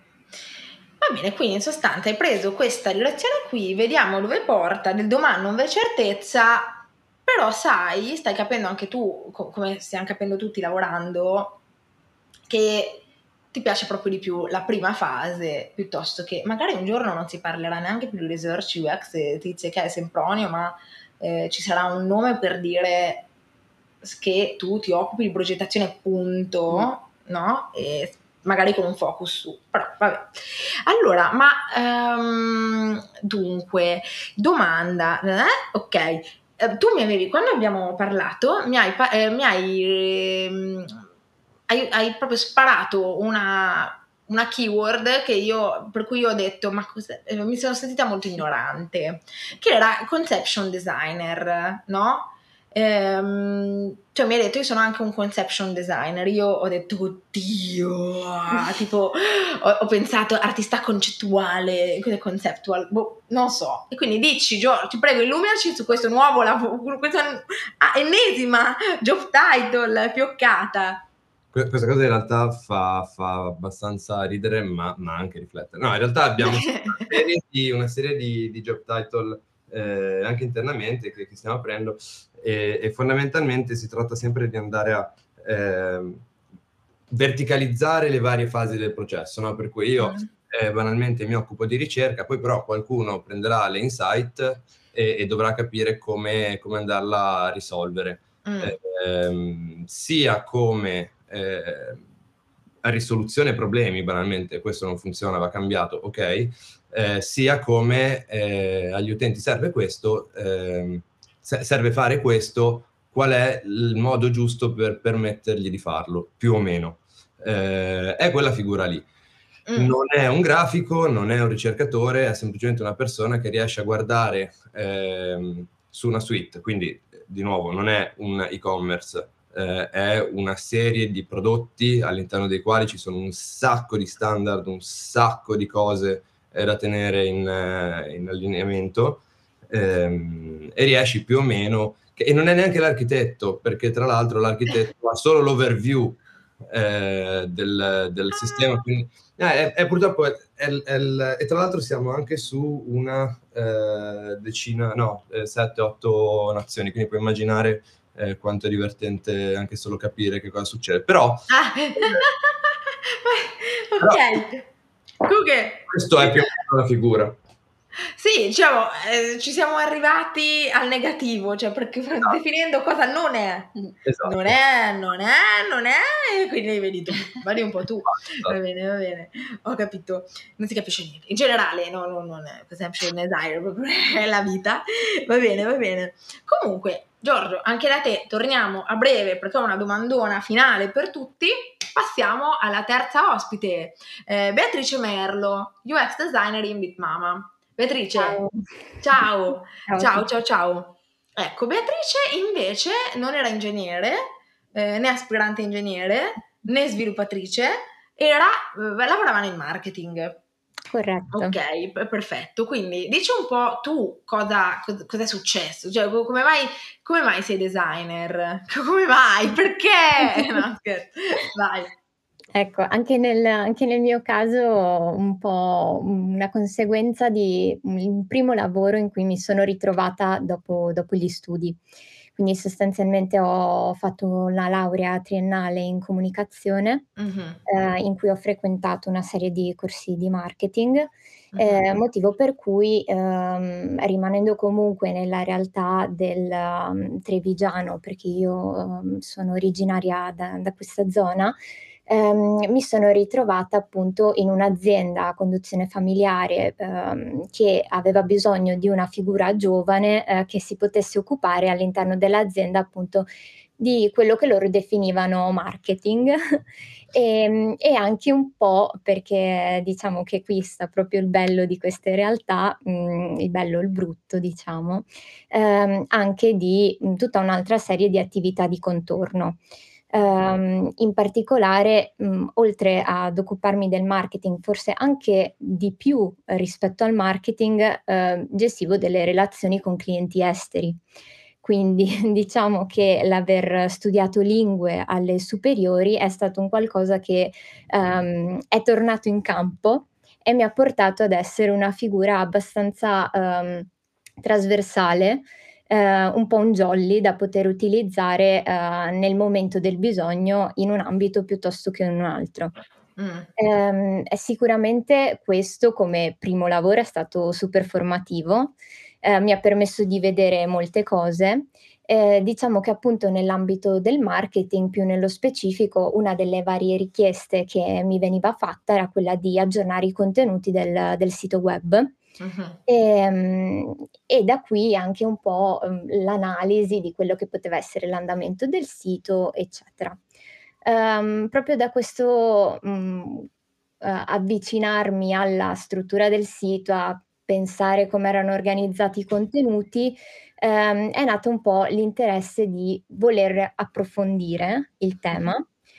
Va bene, quindi in sostanza hai preso questa direzione qui, vediamo dove porta, del domani non v'è certezza, però sai, stai capendo anche tu, co- come stiamo capendo tutti lavorando, che ti piace proprio di più la prima fase, piuttosto che magari un giorno non si parlerà neanche più di research U X e ti dice che è Sempronio, ma eh, ci sarà un nome per dire che tu ti occupi di progettazione punto, mm. no? E magari con un focus su, però vabbè. Allora, ma um, dunque, domanda, eh? ok, eh, tu mi avevi, quando abbiamo parlato, mi hai, eh, mi hai, eh, hai, hai proprio sparato una, una keyword che io, per cui io ho detto, ma cos'è? Eh, mi sono sentita molto ignorante, che era conception designer, no? Ehm, cioè mi ha detto io sono anche un conception designer, io ho detto oddio, ah, tipo ho, ho pensato artista concettuale, conceptual, boh, non so, e quindi dici Giorgio, ti prego illuminaci su questo nuovo lavoro, questa ah, ennesima job title fioccata. Questa cosa in realtà fa, fa abbastanza ridere ma, ma anche riflettere. No, in realtà abbiamo una serie di, una serie di, di job title eh, anche internamente che, che stiamo aprendo e, e fondamentalmente si tratta sempre di andare a eh, verticalizzare le varie fasi del processo, no? Per cui io eh, banalmente mi occupo di ricerca, poi però qualcuno prenderà le insight e, e dovrà capire come, come andarla a risolvere, mm. eh, sia come eh, a risoluzione problemi, banalmente, questo non funziona, va cambiato, ok, eh, sia come eh, agli utenti serve questo, eh, serve fare questo, qual è il modo giusto per permettergli di farlo, più o meno. Eh, è quella figura lì. Mm. Non è un grafico, non è un ricercatore, è semplicemente una persona che riesce a guardare eh, su una suite, quindi di nuovo non è un e-commerce, eh, è una serie di prodotti all'interno dei quali ci sono un sacco di standard, un sacco di cose eh, da tenere in, eh, in allineamento ehm, e riesci più o meno, che, e non è neanche l'architetto, perché tra l'altro l'architetto ha solo l'overview eh, del, del sistema, quindi eh, è, è purtroppo è, è, è, e tra l'altro siamo anche su una eh, decina, no, eh, sette otto nazioni, quindi puoi immaginare eh, quanto è divertente anche solo capire che cosa succede. Però, ah. ok, però questo è più o meno la figura. Sì, diciamo, eh, ci siamo arrivati al negativo, cioè perché esatto. definendo cosa non è. Esatto. Non è, non è, non è, e quindi vedi tu, vedi un po' tu. Esatto. Va bene, va bene, ho capito. Non si capisce niente. In generale, no, no, non è, per esempio, desire, è la vita. Va bene, va bene. Comunque, Giorgio, anche da te torniamo a breve perché ho una domandona finale per tutti. Passiamo alla terza ospite, eh, Beatrice Merlo, U X designer in Bitmama. Beatrice, ciao. Ciao. Ciao, ciao, ciao, ciao. Ecco, Beatrice invece non era ingegnere, eh, né aspirante ingegnere, né sviluppatrice, era, eh, lavorava nel marketing. Corretto. Ok, p- perfetto. Quindi dici un po' tu cosa, cosa, cosa è successo, cioè come mai, come mai sei designer? Come mai? Perché? No, scherzo. Vai. Ecco, anche nel anche nel mio caso un po' una conseguenza di un primo lavoro in cui mi sono ritrovata dopo dopo gli studi. Quindi sostanzialmente ho fatto la laurea triennale in comunicazione, Mh-mh. ehm, in cui ho frequentato una serie di corsi di marketing, Mh-mh. ehm, motivo per cui, ehm, rimanendo comunque nella realtà del, mhmm, trevigiano, perché io, uhm, sono originaria da da questa zona, ehm, mi sono ritrovata appunto in un'azienda a conduzione familiare, ehm, che aveva bisogno di una figura giovane, ehm, che si potesse occupare all'interno dell'azienda appunto di quello che loro definivano marketing. Ehm, e anche un po' perché diciamo che qui sta proprio il bello di queste realtà, mhmm, il bello e il brutto diciamo, ehm, anche di, mhmm, tutta un'altra serie di attività di contorno. Ehm, in particolare, mhmm, oltre ad occuparmi del marketing, forse anche di più rispetto al marketing, ehm, gestivo delle relazioni con clienti esteri. Quindi diciamo che l'aver studiato lingue alle superiori è stato un qualcosa che, ehm, è tornato in campo e mi ha portato ad essere una figura abbastanza, ehm, trasversale, ehm, un po' un jolly da poter utilizzare, ehm, nel momento del bisogno in un ambito piuttosto che in un altro. Mh. Ehm, e sicuramente questo come primo lavoro è stato super formativo, ehm, mi ha permesso di vedere molte cose. Ehm, diciamo che appunto nell'ambito del marketing, più nello specifico, una delle varie richieste che mi veniva fatta era quella di aggiornare i contenuti del del sito web. Mh-mh. Ehm, e da qui anche un po', uhm, l'analisi di quello che poteva essere l'andamento del sito, eccetera. Ehm, proprio da questo, mhmm, uhm, avvicinarmi alla struttura del sito, a pensare com'erano organizzati i contenuti, ehm, è nato un po' l'interesse di voler approfondire il tema,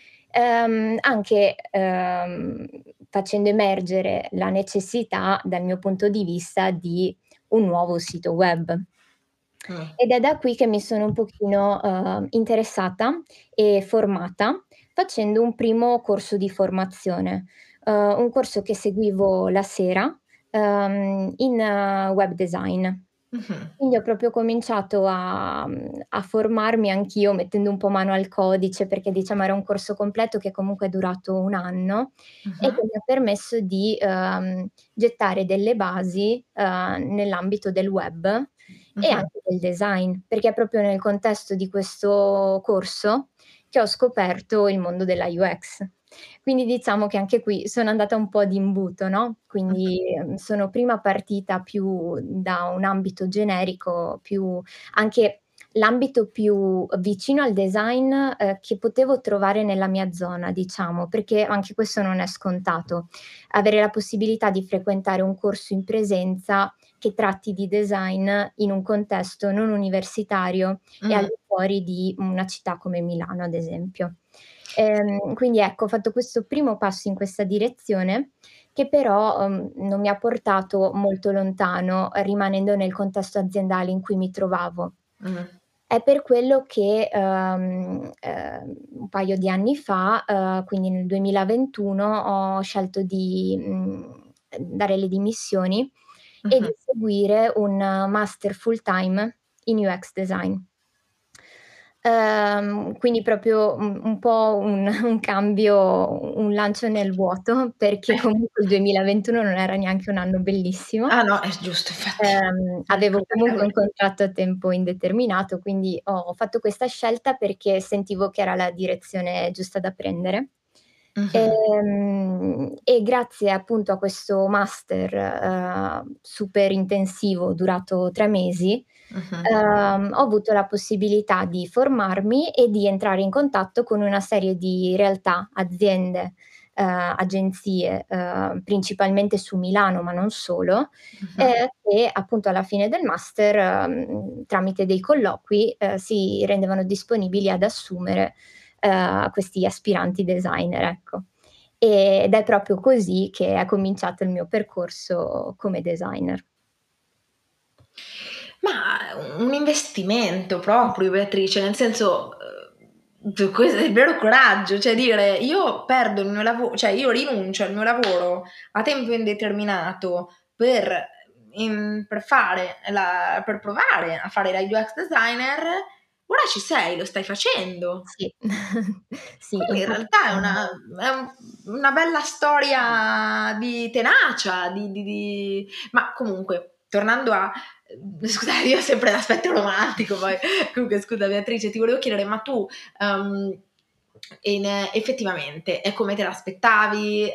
ehm, anche, ehm, facendo emergere la necessità, dal mio punto di vista, di un nuovo sito web. Mh. Ed è da qui che mi sono un pochino, uhm, interessata e formata facendo un primo corso di formazione, uhm, un corso che seguivo la sera, uhm, in web design. Mh-mh. Quindi ho proprio cominciato a mhmm, a formarmi anch'io mettendo un po' mano al codice, perché diciamo era un corso completo che comunque è durato un anno e Mh-mh. che mi ha permesso di, uhm, gettare delle basi, uhm, nell'ambito del web e Mh-mh. anche del design, perché è proprio nel contesto di questo corso che ho scoperto il mondo della U X. Quindi diciamo che anche qui sono andata un po' di imbuto, no, Mh-mh. quindi, ehm, sono prima partita più da un ambito generico, più anche l'ambito più vicino al design, ehm, che potevo trovare nella mia zona, diciamo, perché anche questo non è scontato. Avere la possibilità di frequentare un corso in presenza che tratti di design in un contesto non universitario e al Mh. di fuori di una città come Milano, ad esempio. Ehm, quindi ecco, ho fatto questo primo passo in questa direzione, che però, uhm, non mi ha portato molto lontano, rimanendo nel contesto aziendale in cui mi trovavo. Mh. È per quello che, uhm, ehm, un paio di anni fa, uhm, quindi nel duemilaventuno, ho scelto di, mhmm, dare le dimissioni e di Mh-mh. seguire un master full time in U X design. Ehm, quindi proprio un un po' un un cambio, un lancio nel vuoto, perché Eh. comunque il duemilaventuno non era neanche un anno bellissimo. Ah no, è s giusto infatti. Ehm, avevo comunque un contratto a tempo indeterminato, quindi ho fatto questa scelta perché sentivo che era la direzione giusta da prendere. Mh-mh. Ehm, e grazie appunto a questo master, uhm, super intensivo durato tre mesi, Mh-mh. uhm, ho avuto la possibilità di formarmi e di entrare in contatto con una serie di realtà, aziende, uhm, agenzie, uhm, principalmente su Milano, ma non solo, Mh-mh. ehm, che appunto alla fine del master, mhmm, tramite dei colloqui, ehm, si rendevano disponibili ad assumere, uhm, questi aspiranti designer, ecco. Ed è proprio così che è cominciato il mio percorso come designer. Ma un investimento proprio, Beatrice, nel senso, uhm, Questo è il vero coraggio, cioè dire io perdo il mio lavoro, cioè io rinuncio al mio lavoro a tempo indeterminato per, in, per fare la, per provare a fare la U X designer, ora ci sei, lo stai facendo. Sì, sì, Quindi in infatti realtà è una, è un- una bella storia di tenacia, di, di- di- ma comunque, tornando a... Scusate, io ho sempre l'aspetto romantico, poi comunque scusa Beatrice, ti volevo chiedere, ma tu um, in, effettivamente è come te l'aspettavi?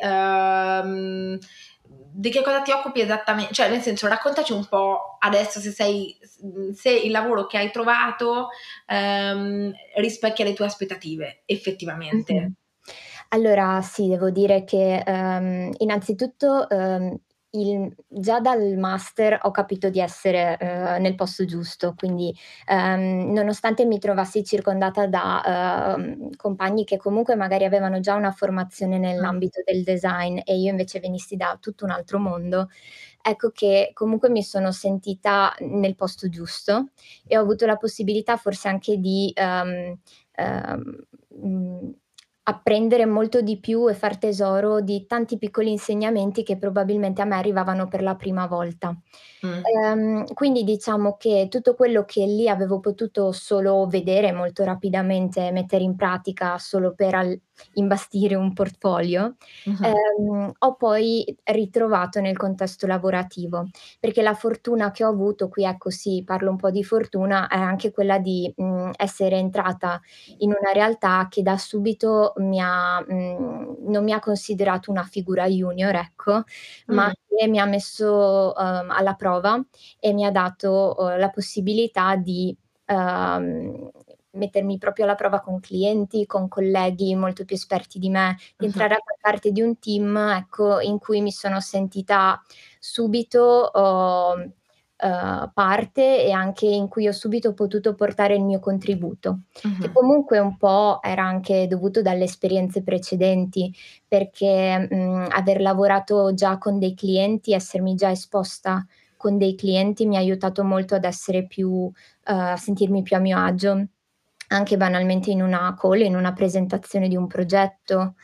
Um, di che cosa ti occupi esattamente? Cioè, nel senso, raccontaci un po' adesso se sei, se il lavoro che hai trovato um, rispecchia le tue aspettative, effettivamente. Mhm. Allora, sì, devo dire che ehm, innanzitutto ehm, il- già dal master ho capito di essere eh, nel posto giusto, quindi ehm, nonostante mi trovassi circondata da ehm, compagni che comunque magari avevano già una formazione nell'ambito del design e io invece venissi da tutto un altro mondo, ecco che comunque mi sono sentita nel posto giusto e ho avuto la possibilità forse anche di ehm, ehm, mh, apprendere molto di più e far tesoro di tanti piccoli insegnamenti che probabilmente a me arrivavano per la prima volta. Mm. Ehm, quindi diciamo che tutto quello che lì avevo potuto solo vedere molto rapidamente, mettere in pratica solo per al imbastire un portfolio, Mhm. ehm, ho poi ritrovato nel contesto lavorativo, perché la fortuna che ho avuto qui, ecco sì, parlo un po' di fortuna, è anche quella di, mhmm, essere entrata in una realtà che da subito mi ha mhmm, non mi ha considerato una figura junior, ecco, ma Mm. che mi ha messo, uhm, alla prova e mi ha dato, uhm, la possibilità di, uhm, mettermi proprio alla prova con clienti, con colleghi molto più esperti di me, di Mhm. entrare a far parte di un team, ecco, in cui mi sono sentita subito, uhm, uhm, parte e anche in cui ho subito potuto portare il mio contributo, che Mhm. comunque un po' era anche dovuto dalle esperienze precedenti, perché, mhmm, aver lavorato già con dei clienti, essermi già esposta con dei clienti mi ha aiutato molto ad essere più uhm, a sentirmi più a mio agio, anche banalmente in una call, in una presentazione di un progetto.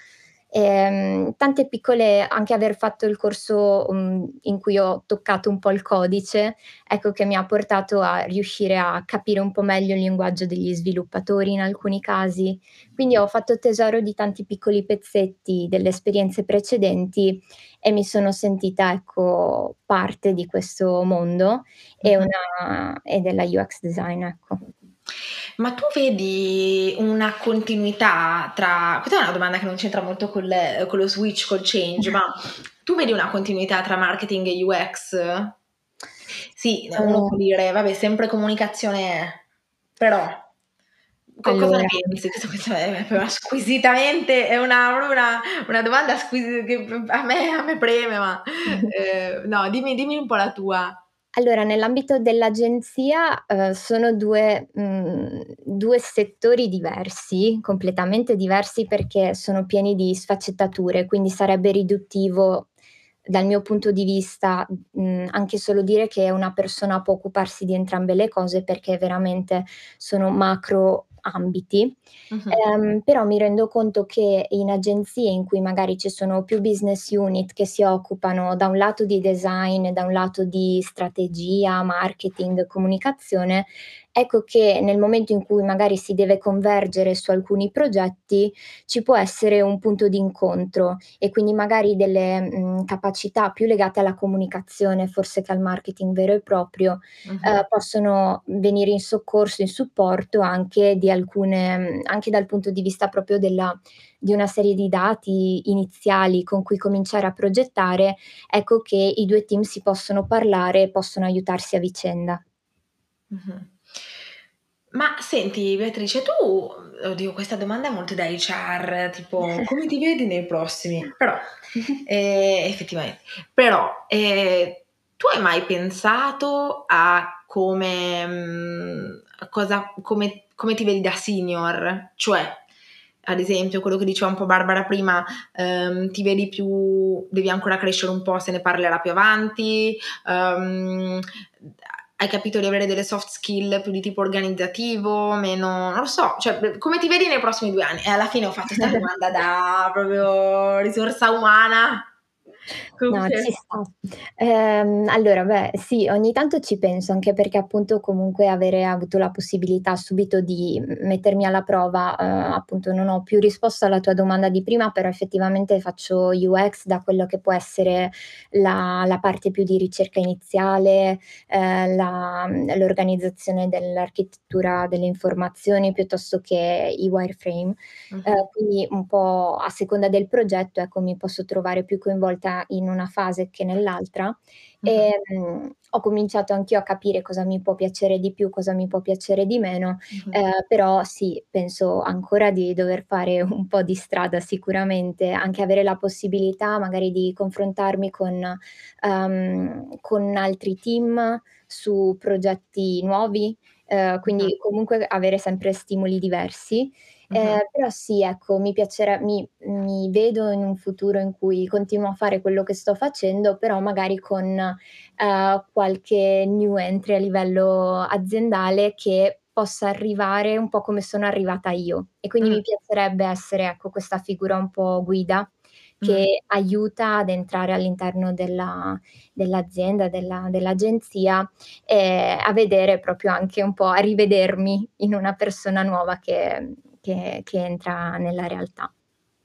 Ehm, tante piccole anche aver fatto il corso, mhmm, in cui ho toccato un po' il codice, ecco che mi ha portato a riuscire a capire un po' meglio il linguaggio degli sviluppatori in alcuni casi. Quindi ho fatto tesoro di tanti piccoli pezzetti delle esperienze precedenti e mi sono sentita, ecco, parte di questo mondo e Mhm. una e della U X design, ecco. Ma tu vedi una continuità tra... Questa è una domanda che non c'entra molto con, le- con lo switch, col change, ma tu vedi una continuità tra marketing e U X? Sì, uno può Uhm, dire, vabbè, sempre comunicazione è, però co- cosa ne allora pensi? Questo, questo è proprio squisitamente, è una, proprio una, una domanda squisi- che a me, a me preme, ma eh, no, dimmi, dimmi un po' la tua. Allora, nell'ambito dell'agenzia, uhm, sono due mhmm, due settori diversi, completamente diversi perché sono pieni di sfaccettature, quindi sarebbe riduttivo dal mio punto di vista, mhmm, anche solo dire che una persona può occuparsi di entrambe le cose perché veramente sono macro ambiti. Mhm. Ehm, però mi rendo conto che in agenzie in cui magari ci sono più business unit che si occupano da un lato di design, da un lato di strategia, marketing, comunicazione, ecco che nel momento in cui magari si deve convergere su alcuni progetti, ci può essere un punto d'incontro e quindi magari delle, mhmm, capacità più legate alla comunicazione forse che al marketing vero e proprio, Mhm. ehm, possono venire in soccorso, in supporto anche di alcune mhmm, anche dal punto di vista proprio della di una serie di dati iniziali con cui cominciare a progettare, ecco che i due team si possono parlare e possono aiutarsi a vicenda. Mhm. Ma senti Beatrice, tu, oddio, questa domanda è molto da H R, tipo come ti vedi nei prossimi? Però, eh, effettivamente, però, eh, tu hai mai pensato a come, mh, a cosa, come, come ti vedi da senior? Cioè, ad esempio, quello che diceva un po' Barbara prima, ehm, ti vedi più, devi ancora crescere un po', se ne parlerà più avanti, ehm, hai capito di avere delle soft skill più di tipo organizzativo, meno, non lo so, cioè come ti vedi nei prossimi due anni? E alla fine ho fatto questa domanda da proprio risorsa umana. No, ci sta. Ehm, allora, beh, sì, ogni tanto ci penso, anche perché appunto comunque avere avuto la possibilità subito di m mettermi alla prova, uhm, appunto non ho più risposto alla tua domanda di prima, però effettivamente faccio U X da quello che può essere la la parte più di ricerca iniziale, ehm, la mhmm, l'organizzazione dell'architettura delle informazioni piuttosto che i wireframe. Mh-mh. Ehm, quindi un po' a seconda del progetto, ecco, mi posso trovare più coinvolta in una fase che nell'altra. Mh-mh. Ehm, ho cominciato anch'io a capire cosa mi può piacere di più, cosa mi può piacere di meno, Mh-mh. ehm, però sì, penso ancora di dover fare un po' di strada sicuramente, anche avere la possibilità magari di confrontarmi con uhm, con altri team su progetti nuovi, ehm, Mh-mh. quindi comunque avere sempre stimoli diversi. Ehm, Mh-mh. però sì, ecco, mi piacere mi mi vedo in un futuro in cui continuo a fare quello che sto facendo, però magari con, ehm, qualche new entry a livello aziendale che possa arrivare un po' come sono arrivata io. E quindi Mh. mi piacerebbe essere, ecco, questa figura un po' guida Mh. che aiuta ad entrare all'interno della dell'azienda, della dell'agenzia, e a vedere proprio anche un po' a rivedermi in una persona nuova che che che entra nella realtà.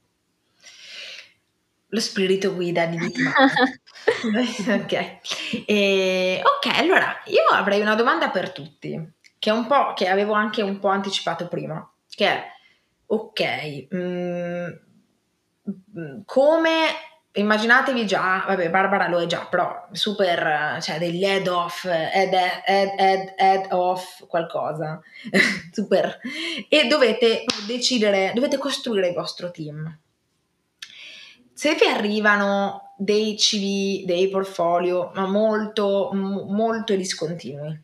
Lo spirito guida di Bitmama. Okay. Ehm, okay, allora io avrei una domanda per tutti, che è un po' che avevo anche un po' anticipato prima, che è: okay, mhmm, mhmm, come immaginatevi già, vabbè Barbara lo è già, però super, cioè degli head of, head head head head of qualcosa, super, e dovete decidere, dovete costruire il vostro team. Se vi arrivano dei C V, dei portfolio, ma molto, m molto discontinui,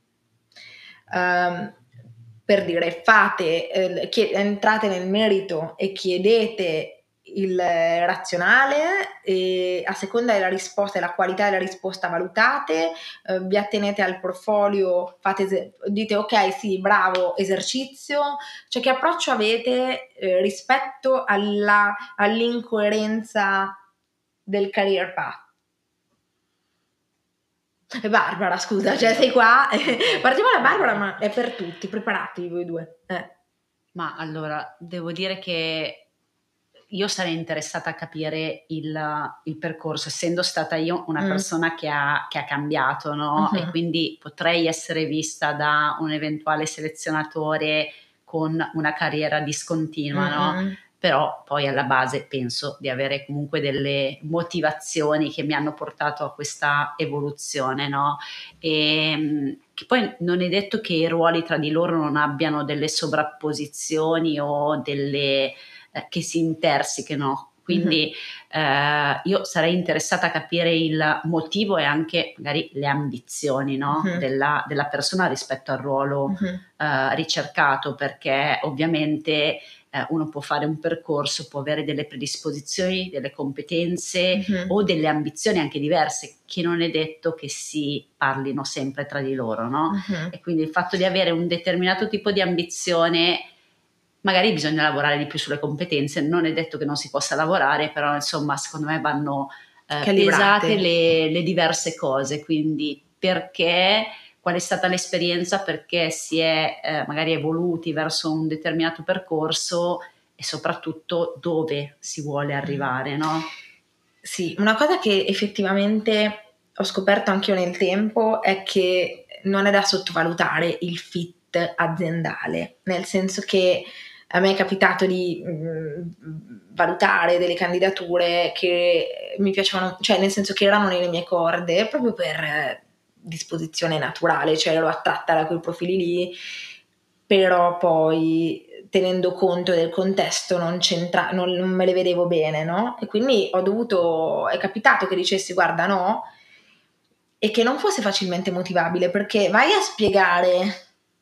uhm, per dire fate, ehm, chie entrate nel merito e chiedete il razionale, e a seconda della risposta e la qualità della risposta valutate, uhm, vi attenete al portfolio, fate ese dite: "Okay, sì, bravo, esercizio", cioè che approccio avete, ehm, rispetto alla all'incoerenza del career path? E Barbara, scusa, cioè sei qua, partiamo da Barbara, ma è per tutti, preparatevi voi due. Eh. Ma allora, devo dire che io sarei interessata a capire il, il percorso, essendo stata io una Mm. persona che ha, che ha cambiato, no? Mhm. E quindi potrei essere vista da un eventuale selezionatore con una carriera discontinua, no? Mm-mm. Però poi alla base penso di avere comunque delle motivazioni che mi hanno portato a questa evoluzione, no? E che poi non è detto che i ruoli tra di loro non abbiano delle sovrapposizioni o delle eh, che si intersechino. Quindi eh, io sarei interessata a capire il motivo e anche magari le ambizioni, no? Mhm. della, della persona rispetto al ruolo Mhm. eh, ricercato, perché ovviamente eh, uno può fare un percorso, può avere delle predisposizioni, delle competenze Mhm. o delle ambizioni anche diverse, che non è detto che si parlino sempre tra di loro, no? Mhm. E quindi il fatto di avere un determinato tipo di ambizione, magari bisogna lavorare di più sulle competenze, non è detto che non si possa lavorare, però insomma secondo me vanno eh, Calibrate. pesate le, le diverse cose, quindi perché, qual è stata l'esperienza, perché si è eh, magari evoluti verso un determinato percorso e soprattutto dove si vuole arrivare, no? Sì, una cosa che effettivamente ho scoperto anche io nel tempo è che non è da sottovalutare il fit aziendale, nel senso che a me è capitato di mh, valutare delle candidature che mi piacevano, cioè nel senso che erano nelle mie corde, proprio per eh, disposizione naturale, cioè ero attratta da quei profili lì, però poi tenendo conto del contesto non, c'entra, non, non me le vedevo bene, no? E quindi ho dovuto, è capitato che dicessi guarda no, e che non fosse facilmente motivabile, perché vai a spiegare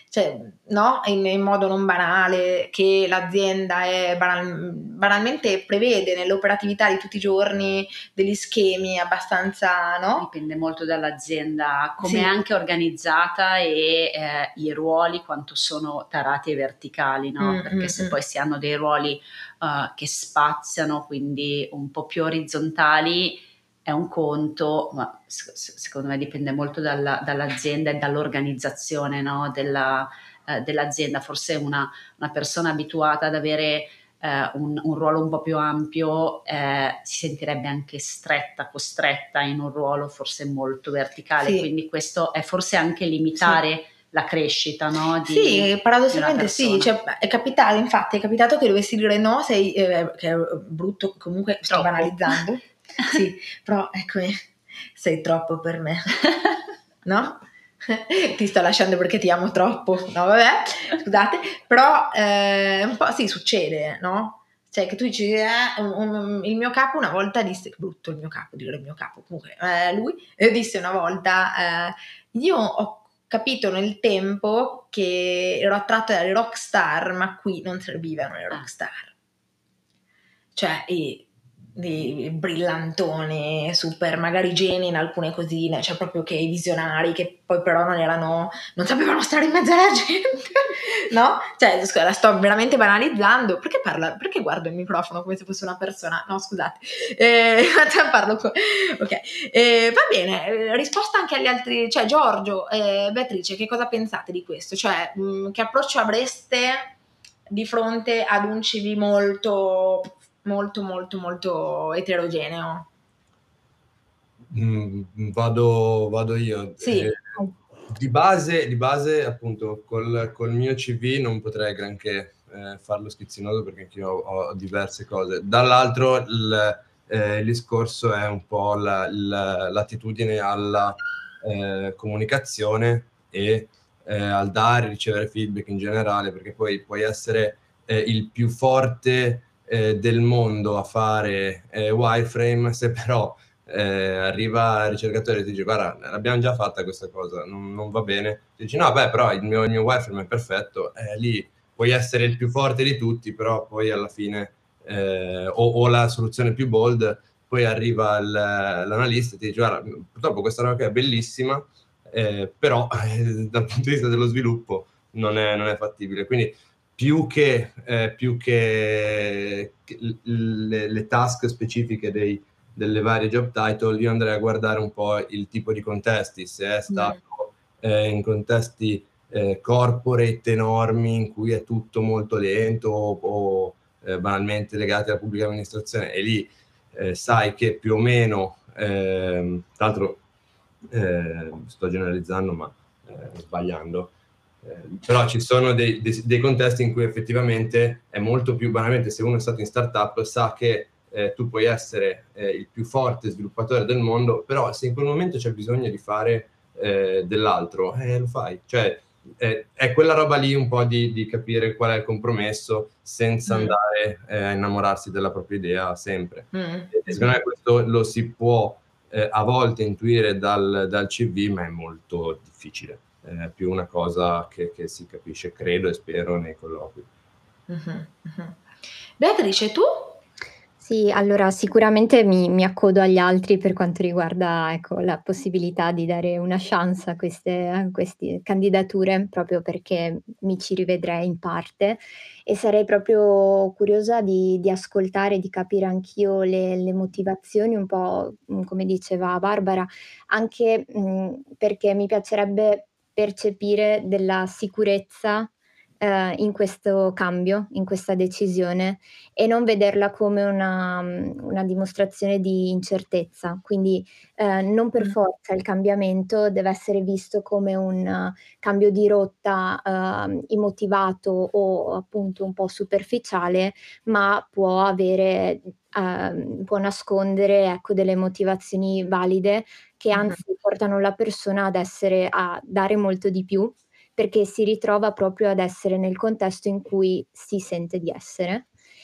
cioè, no? In, in modo non banale, che l'azienda è banal, banalmente prevede nell'operatività di tutti i giorni degli schemi abbastanza, no? Dipende molto dall'azienda, come Sì. è anche organizzata e eh, i ruoli quanto sono tarati e verticali, no? Mm, Perché mm, se mm. poi si hanno dei ruoli uh, che spaziano, quindi un po' più orizzontali, è un conto, ma secondo me dipende molto dalla, dall'azienda e dall'organizzazione, no? Della, eh, dell'azienda. Forse una, una persona abituata ad avere eh, un, un ruolo un po' più ampio eh, si sentirebbe anche stretta, costretta in un ruolo forse molto verticale, Sì. quindi questo è forse anche limitare sì. la crescita, no? Di, sì, paradossalmente di sì, cioè, è capitato, infatti è capitato che dovessi dire no, sei, eh, che è brutto, comunque sto Troppo. banalizzando, sì, però eccomi, sei troppo per me, no? Ti sto lasciando perché ti amo troppo, no vabbè, scusate, però eh, un po' sì, succede, no? Cioè che tu dici, eh, un, un, il mio capo una volta disse, brutto il mio capo, dire il mio capo, comunque eh, lui eh, disse una volta, eh, io ho capito nel tempo che ero attratta dalle rockstar, ma qui non servivano le rockstar, cioè e di brillantoni, super magari geni in alcune cosine, cioè proprio che i visionari che poi però non erano, non sapevano stare in mezzo alla gente, no? Cioè la sto veramente banalizzando, perché parla, perché guardo il microfono come se fosse una persona, no scusate, eh, parlo con... ok, eh, va bene, risposta anche agli altri, cioè Giorgio, eh, Beatrice, che cosa pensate di questo? Cioè mh, che approccio avreste di fronte ad un C V molto molto molto molto eterogeneo? Mm, vado, vado io. Sì. Eh, di base, di base appunto col, col mio C V non potrei granché eh, farlo schizzinoso perché anch'io ho, ho diverse cose. Dall'altro il, eh, il discorso è un po' la, la, l'attitudine alla eh, comunicazione e eh, al dare e ricevere feedback in generale, perché poi puoi essere eh, il più forte eh, del mondo a fare eh, wireframe, se però eh, arriva il ricercatore e ti dice guarda l'abbiamo già fatta questa cosa, non, non va bene, ti dici no beh però il mio, il mio wireframe è perfetto, eh, lì puoi essere il più forte di tutti, però poi alla fine eh, o, o la soluzione più bold, poi arriva il, l'analista e ti dice guarda purtroppo questa roba è bellissima, eh, però eh, dal punto di vista dello sviluppo non è, non è fattibile, quindi più che, eh, più che le, le task specifiche dei, delle varie job title, io andrei a guardare un po' il tipo di contesti, se è stato eh, in contesti eh, corporate enormi in cui è tutto molto lento o, o eh, banalmente legati alla pubblica amministrazione, e lì eh, sai che più o meno, eh, tra l'altro eh, sto generalizzando ma eh, sbagliando, Eh, però ci sono dei, dei, dei contesti in cui effettivamente è molto più banalmente, se uno è stato in startup sa che eh, tu puoi essere eh, il più forte sviluppatore del mondo, però se in quel momento c'è bisogno di fare eh, dell'altro, eh, lo fai, cioè eh, è quella roba lì un po' di, di capire qual è il compromesso senza mm. andare eh, a innamorarsi della propria idea sempre. Mm. E secondo me questo lo si può eh, a volte intuire dal, dal C V, ma è molto difficile. È più una cosa che, che si capisce, credo e spero, nei colloqui. Mm-hmm, mm-hmm. Beatrice, tu? Sì, allora sicuramente mi, mi accodo agli altri per quanto riguarda ecco, la possibilità di dare una chance a queste, a queste candidature, proprio perché mi ci rivedrei in parte e sarei proprio curiosa di, di ascoltare, di capire anch'io le, le motivazioni, un po' come diceva Barbara, anche mh, perché mi piacerebbe percepire della sicurezza eh, in questo cambio, in questa decisione, e non vederla come una, una dimostrazione di incertezza. Quindi eh, non per forza il cambiamento deve essere visto come un uh, cambio di rotta uh, immotivato o appunto un po' superficiale, ma può avere, uh, può nascondere ecco, delle motivazioni valide che anzi portano la persona ad essere, a dare molto di più, perché si ritrova proprio ad essere nel contesto in cui si sente di essere.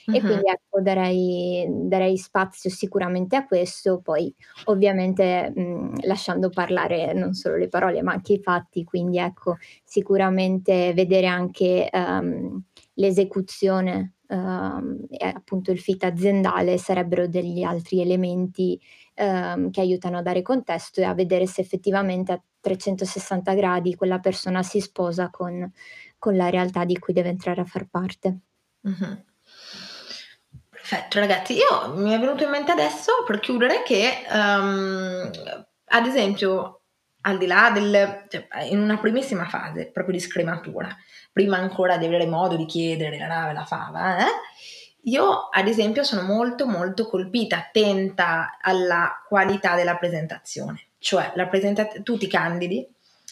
E Mhm. quindi ecco darei darei spazio sicuramente a questo, poi ovviamente, mhmm, lasciando parlare non solo le parole ma anche i fatti, quindi ecco sicuramente vedere anche, ehm, l'esecuzione, ehm, e appunto il fit aziendale sarebbero degli altri elementi, ehm, che aiutano a dare contesto e a vedere se effettivamente a trecentosessanta gradi quella persona si sposa con con la realtà di cui deve entrare a far parte. Mhm. Perfetto, ragazzi, io mi è venuto in mente adesso per chiudere che ehm, ad esempio al di là del cioè, in una primissima fase proprio di scrematura, prima ancora di avere modo di chiedere la rave la fava, eh, io ad esempio sono molto molto colpita, attenta alla qualità della presentazione, cioè la presenta- tu ti candidi,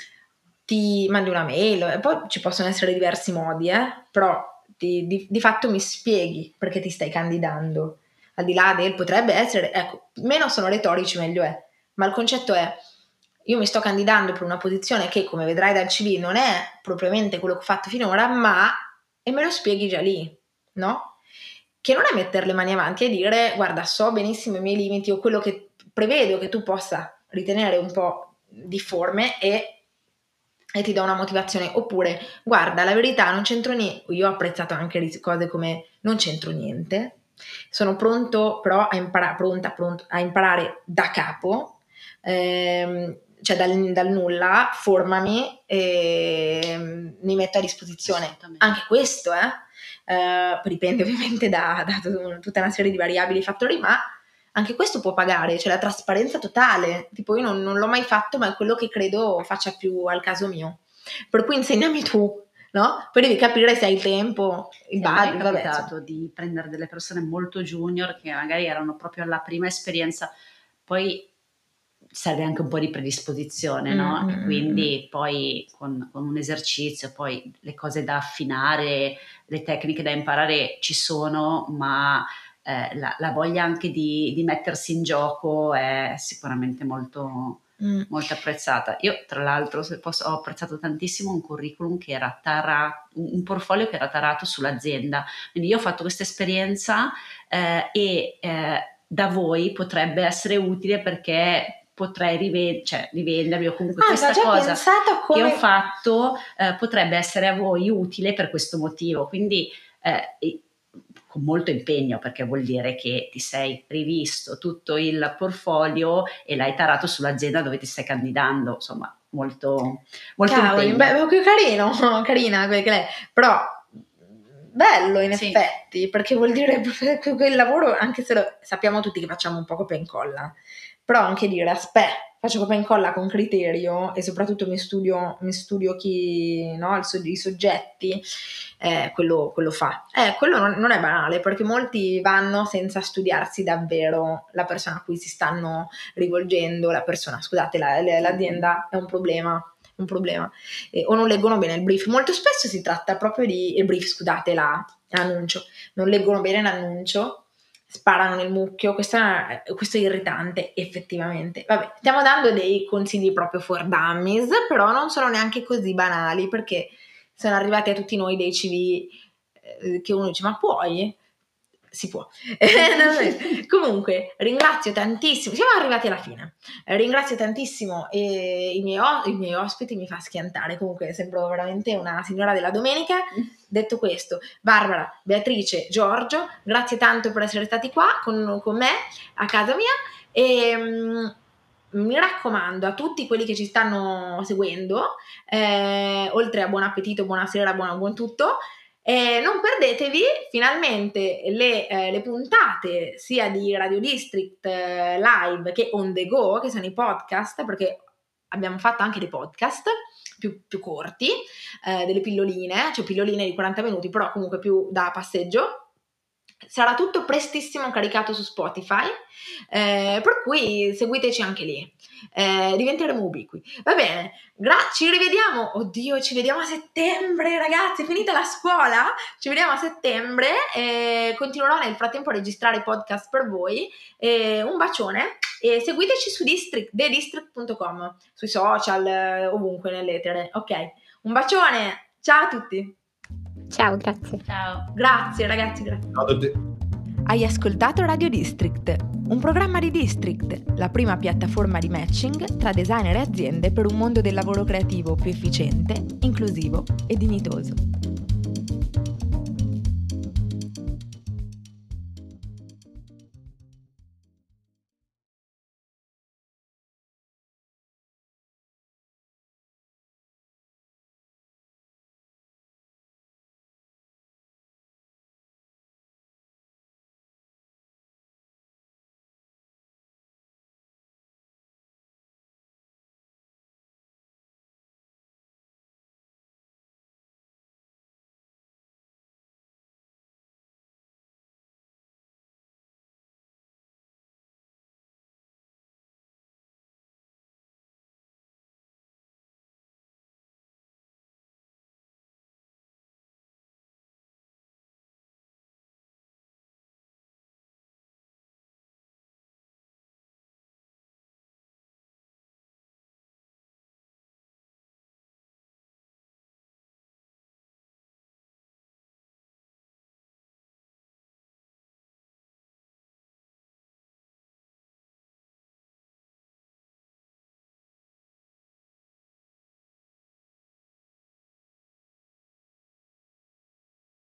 ti mandi una mail, e poi ci possono essere diversi modi, eh, però ti- di, di fatto mi spieghi perché ti stai candidando, al di là del potrebbe essere, ecco, meno sono retorici meglio è, ma il concetto è io mi sto candidando per una posizione che, come vedrai dal C V, non è propriamente quello che ho fatto finora, ma e me lo spieghi già lì, no? Che non è mettere le mani avanti e dire guarda, so benissimo i miei limiti o quello che prevedo che tu possa ritenere un po' difforme e, e ti do una motivazione. Oppure guarda, la verità non c'entro niente. Io ho apprezzato anche cose come non c'entro niente, sono pronto però a imparare, pronta, pronto a imparare da capo, ehm, cioè dal, dal nulla, formami e mi metto a disposizione. Assolutamente. Anche questo, eh? Eh, dipende ovviamente da, da tut- tutta una serie di variabili e fattori, ma anche questo può pagare, cioè la trasparenza totale. Tipo io non, non l'ho mai fatto, ma è quello che credo faccia più al caso mio. Per cui insegnami tu, no? Poi devi capire se hai il tempo, il Sì, a me è budget, vabbè, capitato insomma. di prendere delle persone molto junior che magari erano proprio alla prima esperienza, poi serve anche un po' di predisposizione, no? Mm, E mm, mm, quindi poi con, con un esercizio, poi le cose da affinare, le tecniche da imparare ci sono, ma eh, la, la voglia anche di, di mettersi in gioco è sicuramente molto, mm. molto apprezzata. Io, tra l'altro, se posso, ho apprezzato tantissimo un curriculum che era tarato, un portfolio che era tarato sull'azienda. Quindi io ho fatto questa esperienza eh, e eh, da voi potrebbe essere utile perché potrei rive- cioè, rivendermi o comunque Ah, questa già cosa pensato a che ho come... fatto eh, potrebbe essere a voi utile per questo motivo. Quindi eh, e- con molto impegno, perché vuol dire che ti sei rivisto tutto il portfolio e l'hai tarato sull'azienda dove ti stai candidando, insomma, molto, molto Cavoli, impegno. beh, che carino, carina quel che lei, però bello in Sì. effetti, perché vuol dire che quel lavoro, anche se lo sappiamo tutti che facciamo un po' copia e incolla, però anche dire, aspetta, faccio copia e incolla con criterio e soprattutto mi studio, mi studio chi, no, il, i soggetti, eh, quello, quello fa. Eh, quello non, non è banale, perché molti vanno senza studiarsi davvero la persona a cui si stanno rivolgendo, la persona, scusate, la, l'azienda è un problema. Un problema eh, o non leggono bene il brief. Molto spesso si tratta proprio di il brief, scusate, la, l'annuncio. Non leggono bene l'annuncio, sparano nel mucchio. Questo è, questo è irritante, effettivamente. Vabbè, stiamo dando dei consigli proprio for dummies, però non sono neanche così banali perché sono arrivati a tutti noi dei C V eh, che uno dice: ma puoi? Si può. Comunque ringrazio tantissimo, siamo arrivati alla fine, eh, ringrazio tantissimo eh, i, miei o- i miei ospiti, mi fa schiantare, comunque sembro veramente una signora della domenica. Detto questo, Barbara, Beatrice, Giorgio, grazie tanto per essere stati qua con, con me a casa mia e um, mi raccomando a tutti quelli che ci stanno seguendo, eh, oltre a buon appetito, buonasera, buon, buon tutto, eh, non perdetevi finalmente le, eh, le puntate sia di Radio District eh, live che on the go, che sono i podcast, perché abbiamo fatto anche dei podcast più, più corti, eh, delle pilloline, cioè pilloline di quaranta minuti, però comunque più da passeggio. Sarà tutto prestissimo caricato su Spotify, eh, per cui seguiteci anche lì, eh, diventeremo ubiqui. Va bene, Gra- ci rivediamo, oddio, ci vediamo a settembre, ragazzi, è finita la scuola, ci vediamo a settembre, e continuerò nel frattempo a registrare podcast per voi, e un bacione e seguiteci su district, the district punto com, sui social, ovunque nell'etere, ok? Un bacione, ciao a tutti! Ciao, grazie. Ciao. Grazie ragazzi, grazie. Ciao a tutti. Hai ascoltato Radio District, un programma di District, la prima piattaforma di matching tra designer e aziende per un mondo del lavoro creativo più efficiente, inclusivo e dignitoso.